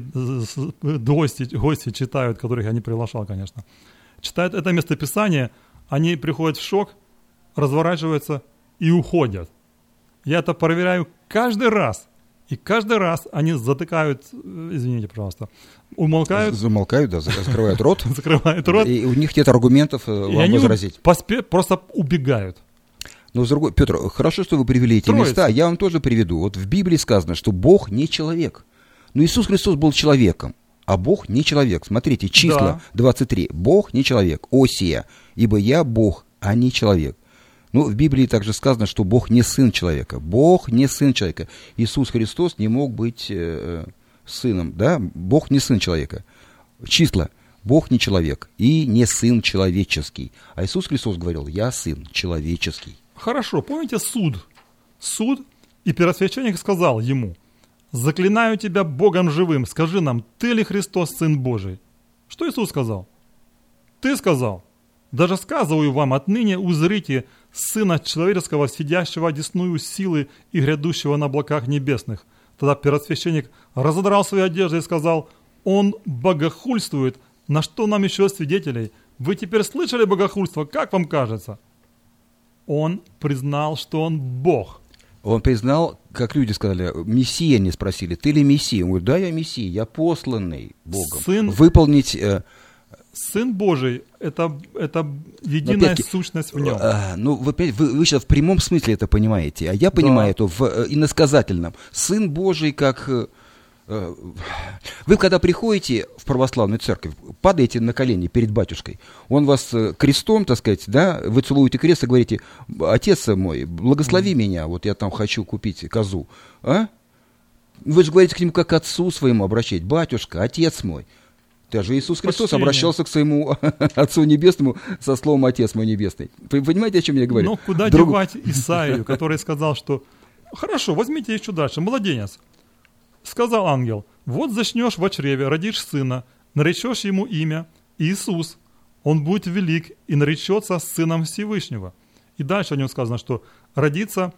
I: гости читают, которых я не приглашал, конечно, читают это местописание, они приходят в шок, разворачиваются и уходят. Я это проверяю каждый раз. И каждый раз они затыкают, извините, пожалуйста, умолкают.
G: Замолкают, да, закрывают рот.
I: Закрывают рот.
G: И у них нет аргументов вам возразить.
I: Просто убегают.
G: Но Петр, хорошо, что вы привели эти места. Я вам тоже приведу. Вот в Библии сказано, что Бог не человек. Но Иисус Христос был человеком, а Бог не человек. Смотрите, числа 23. Бог не человек. Осия. Ибо я Бог, а не человек. Ну, в Библии также сказано, что Бог не сын человека. Бог не сын человека. Иисус Христос не мог быть сыном, да? Бог не сын человека. Числа. Бог не человек и не сын человеческий. А Иисус Христос говорил: я сын человеческий.
I: Хорошо, помните суд? Суд, и первосвященник сказал ему: заклинаю тебя Богом живым, скажи нам, ты ли Христос, Сын Божий? Что Иисус сказал? Ты сказал: даже сказываю вам, отныне узрите Сына Человеческого, сидящего одесную силы и грядущего на облаках небесных. Тогда первосвященник разодрал свои одежды и сказал: он богохульствует, на что нам еще свидетелей? Вы теперь слышали богохульство, как вам кажется? Он признал, что он Бог.
G: Он признал, как люди сказали, Мессия, не спросили, ты ли Мессия? Он говорит: да, я Мессия, я посланный Богом. Выполнить...
I: Сын Божий – это единая сущность в нем.
G: Вы сейчас в прямом смысле это понимаете, а я понимаю это в иносказательном. Сын Божий как... Вы когда приходите в православную церковь, падаете на колени перед батюшкой, он вас крестом, так сказать, да, вы целуете крест и говорите: отец мой, благослови меня, вот я там хочу купить козу. А? Вы же говорите к нему как к отцу своему обращать: батюшка, отец мой. Даже Иисус Христос обращался к своему Отцу Небесному со словом «Отец мой Небесный». Вы понимаете, о чем я говорю?
I: Но куда девать Исаию, который сказал, что «Хорошо, возьмите еще дальше, младенец». Сказал ангел: «Вот зачнешь во чреве, родишь сына, наречешь ему имя Иисус. Он будет велик и наречется сыном Всевышнего». И дальше о нем сказано, что родится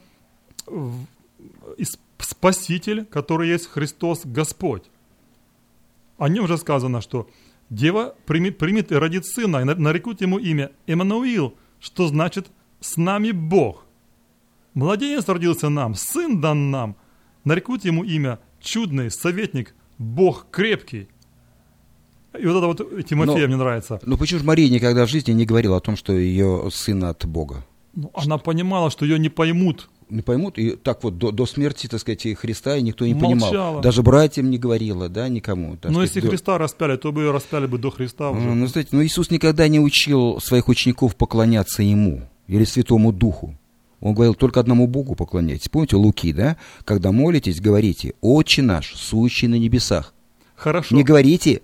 I: Спаситель, который есть Христос Господь. О нем же сказано, что дева примет и родит сына, и нарекут ему имя Эммануил, что значит «с нами Бог». Младенец родился нам, сын дан нам, нарекут ему имя Чудный, Советник, Бог крепкий. И вот это вот Тимофея мне нравится.
G: Но почему же Мария никогда в жизни не говорила о том, что ее сын от Бога?
I: Она понимала, что ее не поймут.
G: Не поймут, и так вот до смерти, так сказать, Христа и никто не
I: Молчала.
G: понимал. Даже братьям не говорила, да, никому.
I: Но если Христа распяли, то бы ее распяли бы до Христа уже.
G: Ну, знаете, Иисус никогда не учил своих учеников поклоняться Ему или Святому Духу. Он говорил, только одному Богу поклоняйтесь. Помните Луки, да? Когда молитесь, говорите, «Отче наш, сущий на небесах».
I: Хорошо.
G: Не говорите,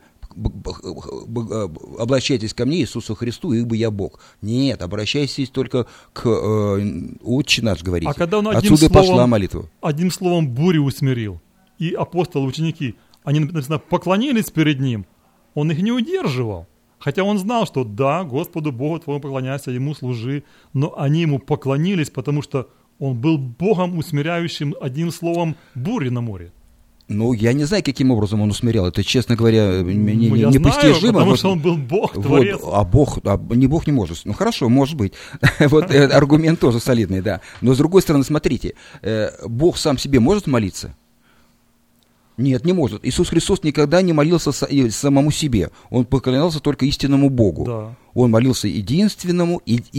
G: обращайтесь ко мне, Иисусу Христу, ибо я Бог. Нет, обращайтесь только к Отче наш, говорите.
I: А когда он
G: отсюда пошла молитва.
I: Одним словом бурю усмирил, и апостолы, ученики, они, написано, поклонились перед ним, он их не удерживал. Хотя он знал, что да, Господу Богу твоему поклоняйся, Ему служи, но они Ему поклонились, потому что он был Богом, усмиряющим, одним словом, бури на море.
G: Ну, я не знаю, каким образом он усмирял. Это, честно говоря,
I: непостижимо.
G: Знаю,
I: потому что он был Бог, Творец.
G: Не Бог не может. Ну, хорошо, может быть. Вот аргумент тоже солидный, да. Но, с другой стороны, смотрите, Бог сам себе может молиться? Нет, не может. Иисус Христос никогда не молился самому себе. Он поклонялся только истинному Богу.
I: Да.
G: Он молился единственному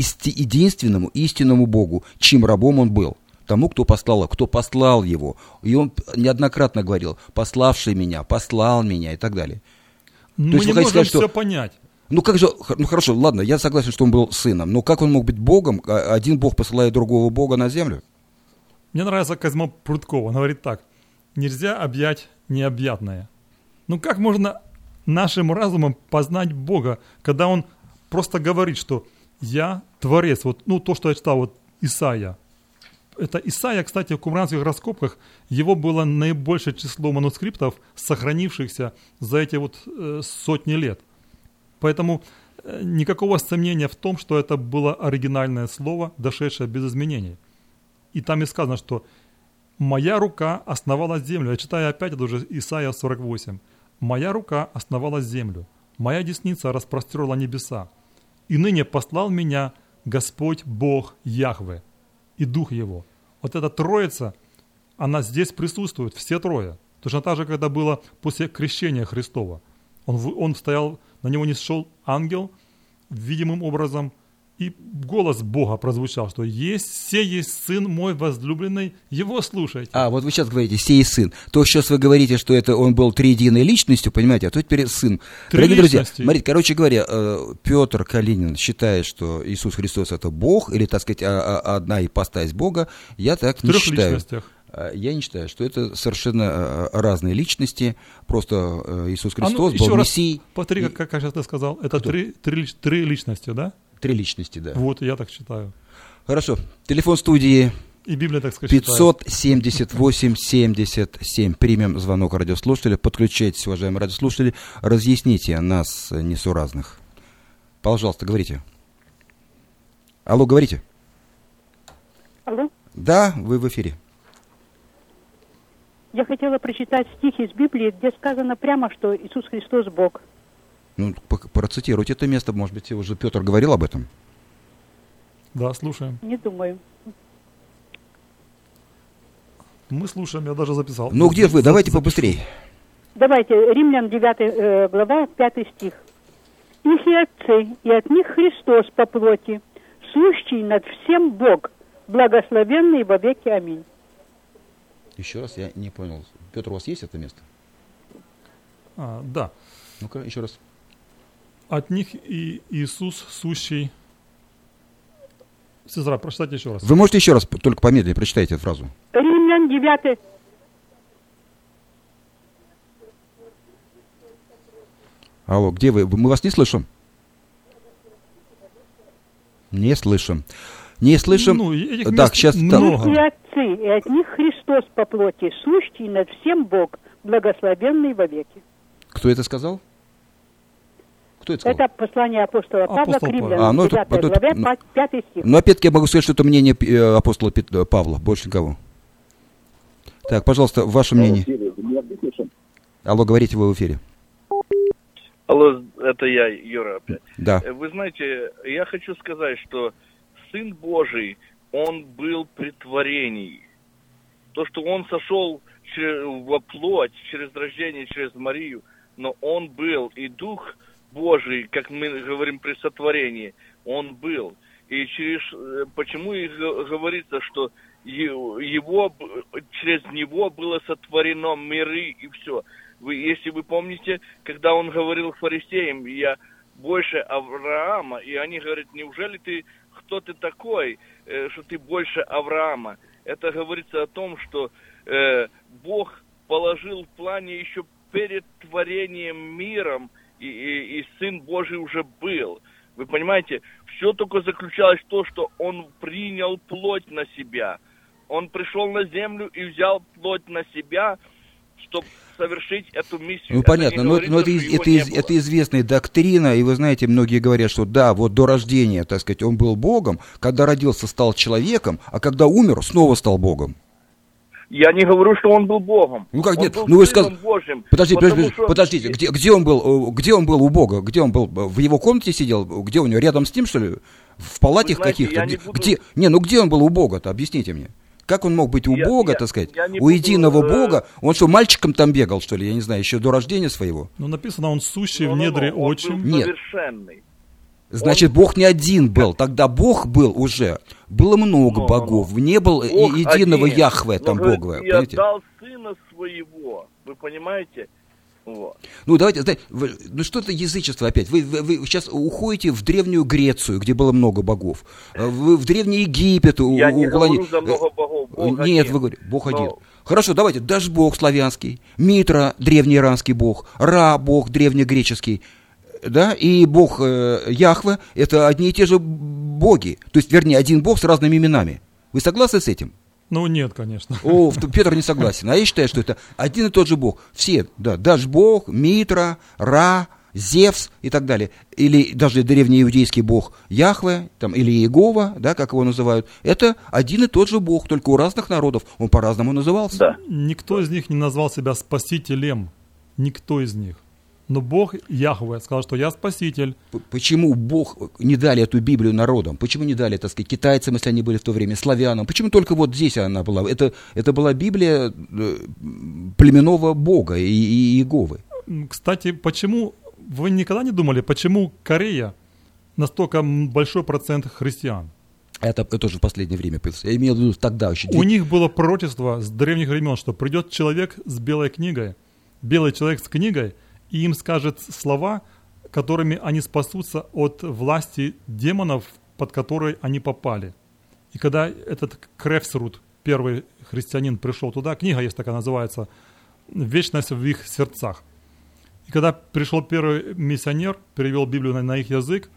G: истинному Богу, чьим рабом он был. Тому, кто послал его. И он неоднократно говорил, пославший меня, послал меня и так далее.
I: Мы не можем все понять.
G: Ну как же, ну хорошо, ладно, я согласен, что он был сыном, но как он мог быть Богом, один Бог посылает другого Бога на землю?
I: Мне нравится Козьма Прудкова, он говорит так, нельзя объять необъятное. Ну как можно нашим разумом познать Бога, когда он просто говорит, что я Творец, вот, ну то, что я читал, вот Исаия. Это Исаия, кстати, в кумранских раскопках, его было наибольшее число манускриптов, сохранившихся за эти вот сотни лет. Поэтому никакого сомнения в том, что это было оригинальное слово, дошедшее без изменений. И там и сказано, что «моя рука основала землю». Я читаю опять, это уже Исаия 48. «Моя рука основала землю, моя десница распростерла небеса. И ныне послал меня Господь Бог Яхве и Дух Его». Вот эта троица, она здесь присутствует, все трое. Точно так же, когда было после крещения Христова. Он стоял, на него нисшел ангел видимым образом, и голос Бога прозвучал, что «Сей есть Сын мой возлюбленный, Его слушайте».
G: А, вот вы сейчас говорите «сей Сын». То сейчас вы говорите, что это он был триединой личностью, понимаете, а то теперь Сын. Дорогие друзья, смотрите, короче говоря, Петр Калинин считает, что Иисус Христос – это Бог, или, так сказать, одна ипостась Бога. Я так не считаю. Я не считаю, что это совершенно разные личности. Просто Иисус Христос был Мессией.
I: Повтори, как сейчас ты сказал, это три личности, да?
G: Три личности, да.
I: Вот, я так считаю.
G: Хорошо. Телефон студии
I: и Библия, так сказать,
G: 578-77. Примем звонок радиослушателя. Подключайтесь, уважаемые радиослушатели. Разъясните нас несуразных. Пожалуйста, говорите. Алло, говорите.
M: Алло?
G: Да, вы в эфире.
M: Я хотела прочитать стих из Библии, где сказано прямо, что Иисус Христос Бог.
G: Ну, процитируйте это место, может быть, уже Петр говорил об этом.
I: Да, слушаем.
M: Не думаю.
I: Мы слушаем, я даже записал.
G: Ну, где вы? Давайте побыстрее.
M: Давайте, Римлян 9 глава, 5 стих. «Их и отцы, и от них Христос по плоти, сущий над всем Бог, благословенный во веки. Аминь».
G: Еще раз, я не понял. Петр, у вас есть это место?
I: Да.
G: Ну-ка, еще раз.
I: От них и Иисус сущий. Сестра, прочитайте еще раз.
G: Вы можете еще раз, только помедленнее, прочитайте эту фразу.
M: Римлян 9.
G: Алло, где вы? Мы вас не слышим. Не слышим. Не слышим.
I: Ну,
G: так, сейчас
M: много. И отцы, и от них Христос по плоти, сущий над всем Бог, благословенный во веки.
G: Кто это сказал? Кто это сказал?
M: Это послание апостола Павла к Римлянам, 9 главе, 5 стих.
G: Ну, опять-таки я могу сказать, что это мнение апостола Павла, больше никого. Так, пожалуйста, ваше мнение. Алло, говорите, вы в эфире.
L: Алло, это я, Юра, опять.
G: Да.
L: Вы знаете, я хочу сказать, что Сын Божий, Он был при творении. То, что Он сошел во плоть, через рождение, через Марию, но Он был, и Дух Божий, как мы говорим при сотворении, Он был. И почему и говорится, что через Него было сотворено миры и все. Если вы помните, когда Он говорил фарисеям, я больше Авраама, и они говорят, неужели кто ты такой, что ты больше Авраама? Это говорится о том, что Бог положил в плане еще перед творением миром, и Сын Божий уже был. Вы понимаете, все только заключалось в том, что Он принял плоть на себя. Он пришел на землю и взял плоть на себя, чтобы совершить эту миссию.
G: Ну, понятно, но это известная доктрина, и вы знаете, многие говорят, что да, вот до рождения, так сказать, он был Богом, когда родился, стал человеком, а когда умер, снова стал Богом.
L: Я не говорю, что он был Богом.
G: Ну как
L: он
G: нет?
L: Был
G: ну вы сказали. Подождите,
L: что...
G: подождите. Где он был у Бога? Где он был? В его комнате сидел? Где у него? Рядом с ним, что ли? В палате каких-то? Где он был у Бога-то? Объясните мне. Как он мог быть у Бога, так сказать? У единого Бога? Он что, мальчиком там бегал, что ли? Я не знаю, еще до рождения своего?
I: Ну, написано, он сущий в недре отчим.
G: Нет. Значит, Бог не один был. Тогда Бог был уже. Было много богов. Не было единого один. Яхве, там Бога.
L: И отдал Сына Своего. Вы понимаете? Вот.
G: Ну, давайте, ну что это язычество опять? Вы сейчас уходите в Древнюю Грецию, где было много богов. Вы в Древний Египет.
L: Я не говорю за много богов.
G: Бог Нет, один. Вы говорите, Бог один. Хорошо, давайте, Даш бог славянский, Митра, древнеиранский бог, Ра, бог древнегреческий, да, и бог Яхве, это одни и те же боги. То есть, вернее, один бог с разными именами. Вы согласны с этим?
I: Ну, нет, конечно.
G: О, Петр не согласен. А я считаю, что это один и тот же бог. Все, да, Даш бог, Митра, Ра, Зевс и так далее. Или даже древнеиудейский бог Яхве, там, или Иегова, да, как его называют. Это один и тот же бог, только у разных народов он по-разному назывался.
L: Да.
I: Никто из них не назвал себя спасителем. Никто из них. Но Бог Яхве сказал, что я спаситель.
G: Почему Бог не дали эту Библию народам? Почему не дали, так сказать, китайцам, если они были в то время, славянам? Почему только вот здесь она была? Это была Библия племенного Бога и Иеговы.
I: Кстати, почему, вы никогда не думали, почему Корея настолько большой процент христиан?
G: Это тоже в последнее время появилось. Я имею в виду тогда еще.
I: У них было пророчество с древних времен, что придет человек с белой книгой, белый человек с книгой, и им скажет слова, которыми они спасутся от власти демонов, под которые они попали. И когда этот Крефсрут, первый христианин, пришел туда, книга есть такая, называется «Вечность в их сердцах». И когда пришел первый миссионер, перевел Библию на их язык,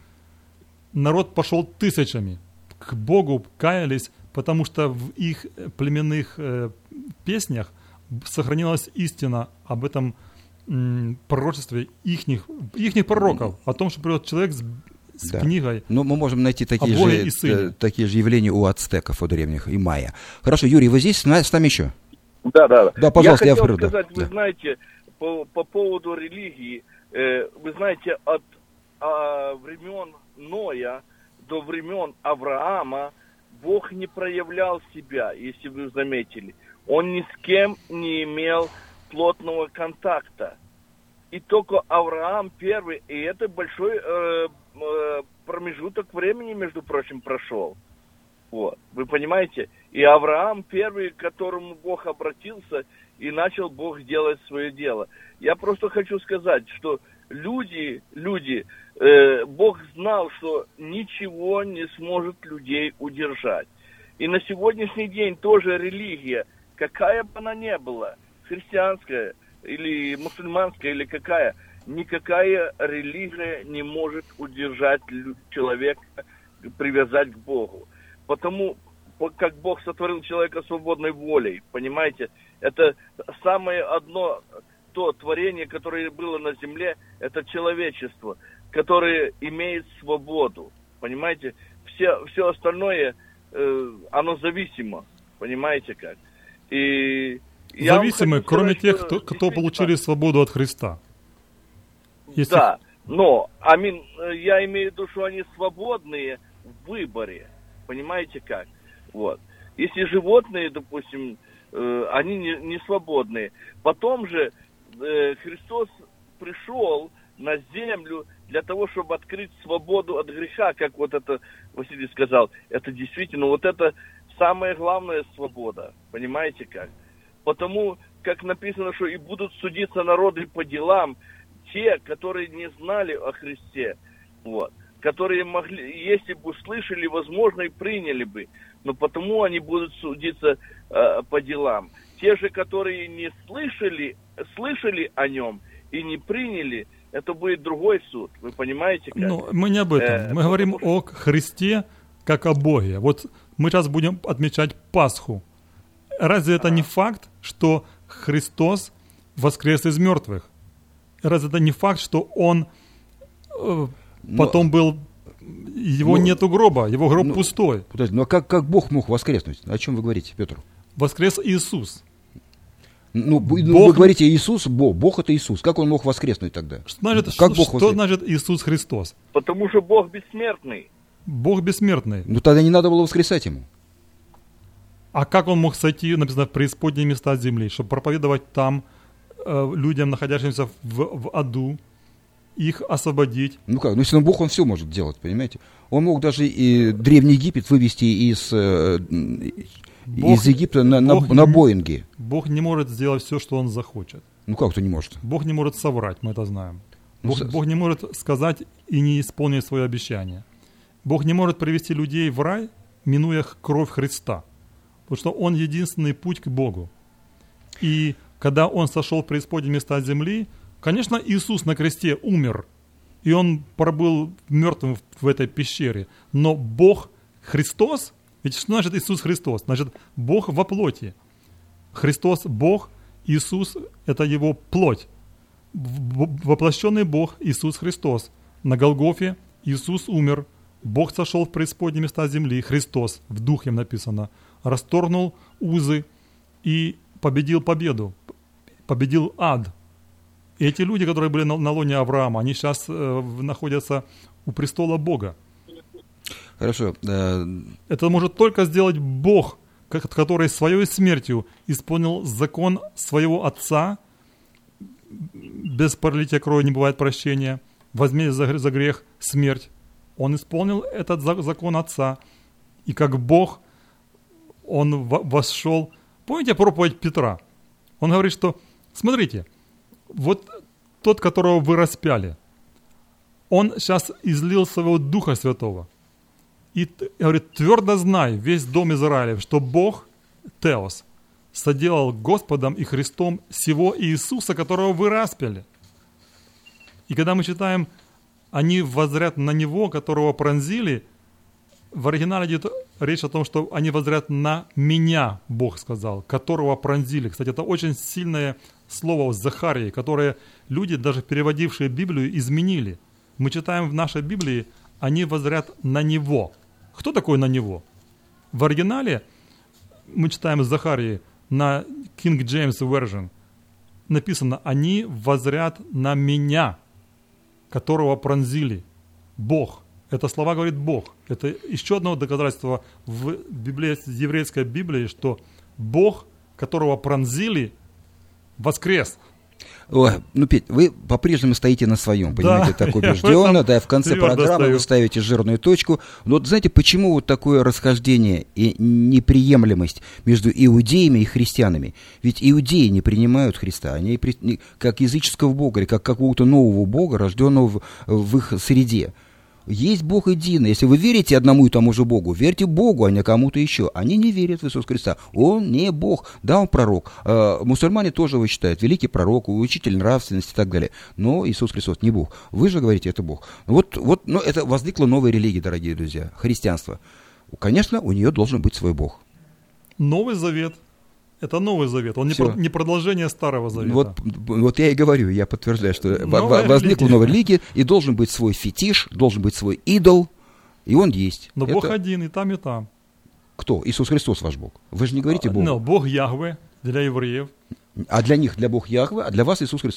I: народ пошел тысячами к Богу, каялись, потому что в их племенных песнях сохранилась истина об этом пророчестве ихних пророков, о том, что придет человек с книгой.
G: Но мы можем найти такие же явления у ацтеков, у древних, и майя. Хорошо, Юрий, вы здесь с нами еще?
L: Да.
G: Да, пожалуйста,
L: я хотел сказать, вы знаете, по поводу религии, вы знаете, от времен Ноя до времен Авраама Бог не проявлял себя, если вы заметили. Он ни с кем не имел плотного контакта. И только Авраам первый, и это большой промежуток времени, между прочим, прошел. Вот, вы понимаете? И Авраам первый, к которому Бог обратился, и начал Бог делать свое дело. Я просто хочу сказать, что люди, Бог знал, что ничего не сможет людей удержать. И на сегодняшний день тоже религия, какая бы она ни была, христианская или мусульманская, или какая, никакая религия не может удержать человека, привязать к Богу. Потому как Бог сотворил человека свободной волей, понимаете, это самое одно, то творение, которое было на земле, это человечество, которое имеет свободу, понимаете, все остальное, оно зависимо, понимаете как. И
I: зависимы, кроме тех, кто получили свободу от Христа. Если...
L: Да, но я имею в виду, что они свободные в выборе. Понимаете как? Вот. Если животные, допустим, они не свободные. Потом же Христос пришел на землю для того, чтобы открыть свободу от греха, как вот это Василий сказал. Это действительно, вот это самая главная свобода. Понимаете как? Потому как написано, что и будут судиться народы по делам те, которые не знали о Христе. Вот. Которые могли, если бы услышали, возможно, и приняли бы. Но потому они будут судиться по делам. Те же, которые не слышали о нем и не приняли, это будет другой суд. Вы понимаете? Как?
I: Ну, мы не об этом. Мы говорим о Христе как о Боге. Вот мы сейчас будем отмечать Пасху. Разве это не факт, что Христос воскрес из мертвых? Разве это не факт, что Он потом был... Его нету гроба, его гроб пустой.
G: Подожди, но как Бог мог воскреснуть? О чем вы говорите, Петр?
I: Воскрес Иисус.
G: Вы говорите Иисус, Бог это Иисус. Как Он мог воскреснуть тогда?
I: Что значит Иисус Христос?
L: Потому что Бог бессмертный.
I: Бог бессмертный.
G: Ну тогда не надо было воскресать Ему.
I: А как Он мог сойти, написано, в преисподние места земли, чтобы проповедовать там людям, находящимся в аду, их освободить?
G: Ну как, если Бог, Он все может делать, понимаете? Он мог даже и Древний Египет вывести из Египта на Боинге.
I: Бог не может сделать все, что Он захочет.
G: Ну как то не может?
I: Бог не может соврать, мы это знаем. Бог не может сказать и не исполнить свое обещание. Бог не может привести людей в рай, минуя кровь Христа. Потому что Он единственный путь к Богу. И когда Он сошел в преисподние места земли, конечно, Иисус на кресте умер, и Он пробыл мертвым в этой пещере. Но Бог Христос, ведь что значит Иисус Христос? Значит, Бог во плоти. Христос Бог, Иисус – это Его плоть. Воплощенный Бог Иисус Христос. На Голгофе Иисус умер, Бог сошел в преисподние места земли, Христос, в духе написано, расторгнул узы и победил победу, победил ад. И эти люди, которые были на лоне Авраама, они сейчас находятся у престола Бога.
G: Хорошо.
I: Это может только сделать Бог, который своей смертью исполнил закон своего Отца. Без пролития крови не бывает прощения. Возмездие за грех – смерть. Он исполнил этот закон Отца. И как Бог, Он вошел. Помните проповедь Петра? Он говорит, что, смотрите, вот тот, которого вы распяли, он сейчас излил своего Духа Святого. И говорит, твердо знай, весь дом Израилев, что Бог, Теос, соделал Господом и Христом сего Иисуса, которого вы распяли. И когда мы читаем, они воззрят на Него, которого пронзили, в оригинале идет речь о том, что они воззрят на Меня, Бог сказал, которого пронзили. Кстати, это очень сильное слово в Захарии, которое люди, даже переводившие Библию, изменили. Мы читаем в нашей Библии, они воззрят на Него. Кто такой на Него? В оригинале мы читаем в Захарии на King James Version. Написано, они воззрят на Меня, которого пронзили. Бог. Это слова говорит Бог. Это еще одно доказательство в еврейской Библии, что Бог, которого пронзили, воскрес.
G: Ой, ну, Петь, вы по-прежнему стоите на своем, понимаете, так убежденно, да, в конце программы вы ставите жирную точку. Но вот знаете, почему вот такое расхождение и неприемлемость между иудеями и христианами? Ведь иудеи не принимают Христа, они как языческого бога или как какого-то нового бога, рожденного в их среде. Есть Бог единый. Если вы верите одному и тому же Богу, верьте Богу, а не кому-то еще. Они не верят в Иисуса Христа. Он не Бог. Да, Он пророк. Мусульмане тоже его считают. Великий пророк, учитель нравственности и так далее. Но Иисус Христос не Бог. Вы же говорите, это Бог. Вот, но это возникла новая религия, дорогие друзья. Христианство. Конечно, у нее должен быть свой Бог.
I: Новый Завет. Это Новый Завет, он не продолжение Старого Завета.
G: Вот я и говорю, я подтверждаю, что возникла новая религия, и должен быть свой фетиш, должен быть свой идол, и он есть.
I: Но Бог один, и там, и там.
G: Кто? Иисус Христос ваш Бог. Вы же не говорите Бог.
I: Бог Яхве для евреев.
G: А для них, для Бог Яхве, а для вас Иисус Христос.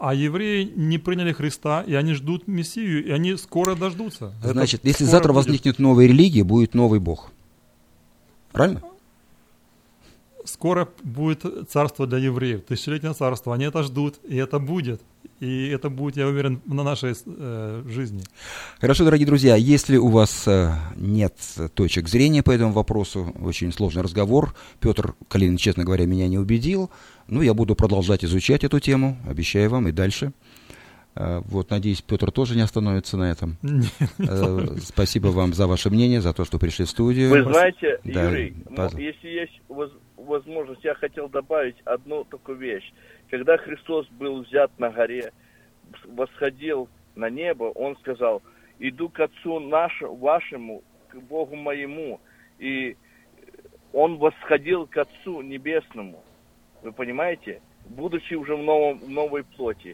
I: А евреи не приняли Христа, и они ждут Мессию, и они скоро дождутся.
G: Значит, если завтра возникнет новая религия, будет новый Бог. Правильно?
I: Скоро будет царство для евреев, тысячелетнее царство. Они это ждут, и это будет. И это будет, я уверен, на нашей жизни.
G: Хорошо, дорогие друзья, если у вас нет точек зрения по этому вопросу, очень сложный разговор, Петр Калинин, честно говоря, меня не убедил, но я буду продолжать изучать эту тему, обещаю вам, и дальше. Вот, надеюсь, Петр тоже не остановится на этом. Спасибо вам за ваше мнение, за то, что пришли в студию.
L: Вы знаете,
G: да,
L: Юрий, если есть возможность, я хотел добавить одну такую вещь. Когда Христос был взят на горе, восходил на небо, Он сказал: иду к Отцу вашему, к Богу моему. И Он восходил к Отцу Небесному. Вы понимаете? Будучи уже в новой плоти.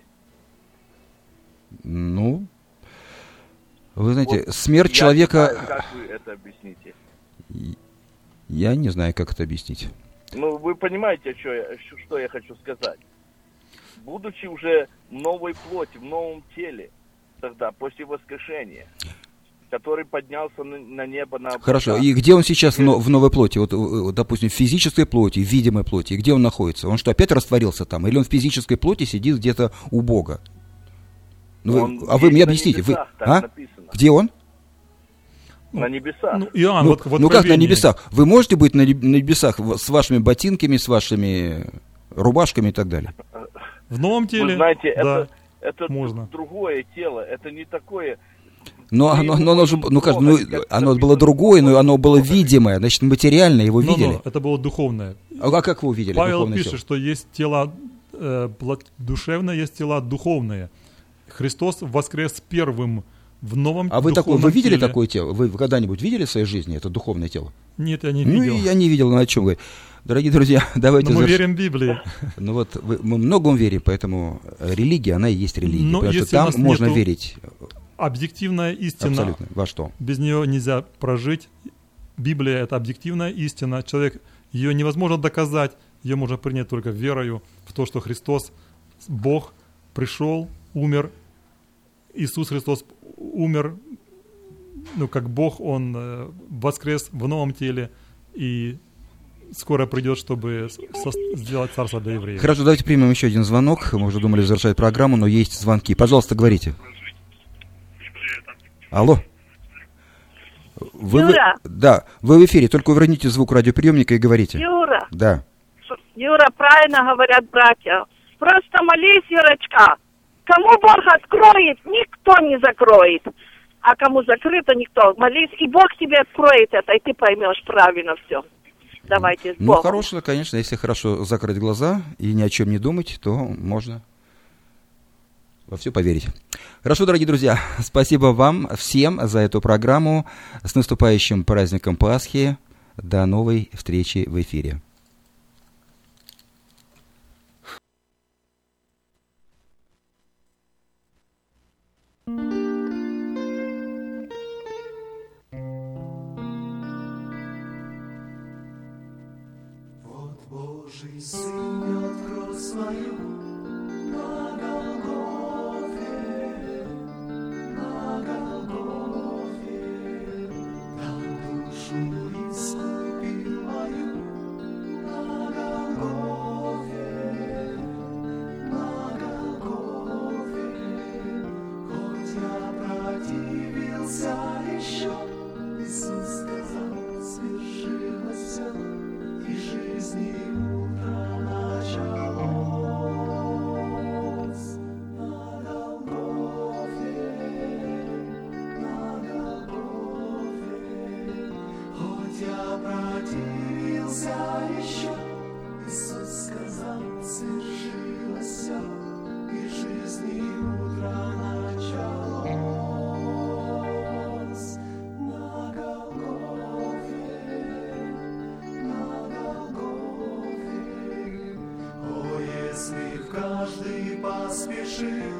G: Ну, вы знаете, вот смерть человека...
L: Знаю, как вы это объясните?
G: Я не знаю, как это объяснить.
L: Ну, вы понимаете, что я хочу сказать? Будучи уже в новой плоти, в новом теле, тогда, после воскрешения, который поднялся на небо на облака.
G: Хорошо, и где он сейчас в новой плоти? Вот, допустим, в физической плоти, в видимой плоти. Где он находится? Он что, опять растворился там? Или он в физической плоти сидит где-то у Бога? Ну, вы мне объясните. Где он?
L: На небесах.
I: Ну, Иоанн,
G: ну как на небесах? Вы можете быть на небесах с вашими ботинками, с вашими рубашками и так далее?
I: В новом теле,
L: вы знаете,
I: да,
L: это
I: можно.
L: Другое тело, это не такое...
G: Но оно было другое, но оно было видимое, значит, материальное, его видели.
I: Но, это было духовное.
G: А как вы увидели?
I: Павел пишет, что есть тела душевные, есть тела духовные. Христос воскрес первым в новом
G: теле. А вы видели
I: теле.
G: Такое тело? Вы когда-нибудь видели в своей жизни это духовное тело?
I: Нет, я не видел.
G: Ну, я не видел, о чем говорить. Дорогие друзья, давайте...
I: Но мы верим в Библию.
G: Ну вот, мы многому верим, поэтому религия, она и есть религия. Но потому что там можно верить.
I: Объективная истина.
G: Абсолютно. Во что?
I: Без нее нельзя прожить. Библия — это объективная истина. Человек, ее невозможно доказать. Ее можно принять только верою в то, что Христос, Бог, пришел, умер. Иисус Христос умер, ну, как Бог, Он воскрес в новом теле и скоро придет, чтобы сделать царство для евреев.
G: Хорошо, давайте примем еще один звонок. Мы уже думали завершать программу, но есть звонки. Пожалуйста, говорите. Алло.
N: Юра.
G: Да, вы в эфире, только верните звук радиоприемника и говорите.
N: Юра.
G: Да.
N: Юра, правильно говорят братья. Просто молись, Юрочка. Кому Бог откроет, никто не закроет. А кому закрыто, никто. Молись, и Бог тебе откроет это, и ты поймешь правильно все. Давайте с Богом.
G: Ну, хорошо, конечно, если хорошо закрыть глаза и ни о чем не думать, то можно во все поверить. Хорошо, дорогие друзья, спасибо вам всем за эту программу. С наступающим праздником Пасхи. До новой встречи в эфире.
H: Божий Сын нёс кровь свою на Голгофе, там душу искупил мою на Голгофе, хоть я противился еще, Иисус сказал, свершилось всё, и жизни еще, Иисус сказал, свершилось всё, и жизни утро началось на Голгофе, на Голгофе. О, если б каждый поспешил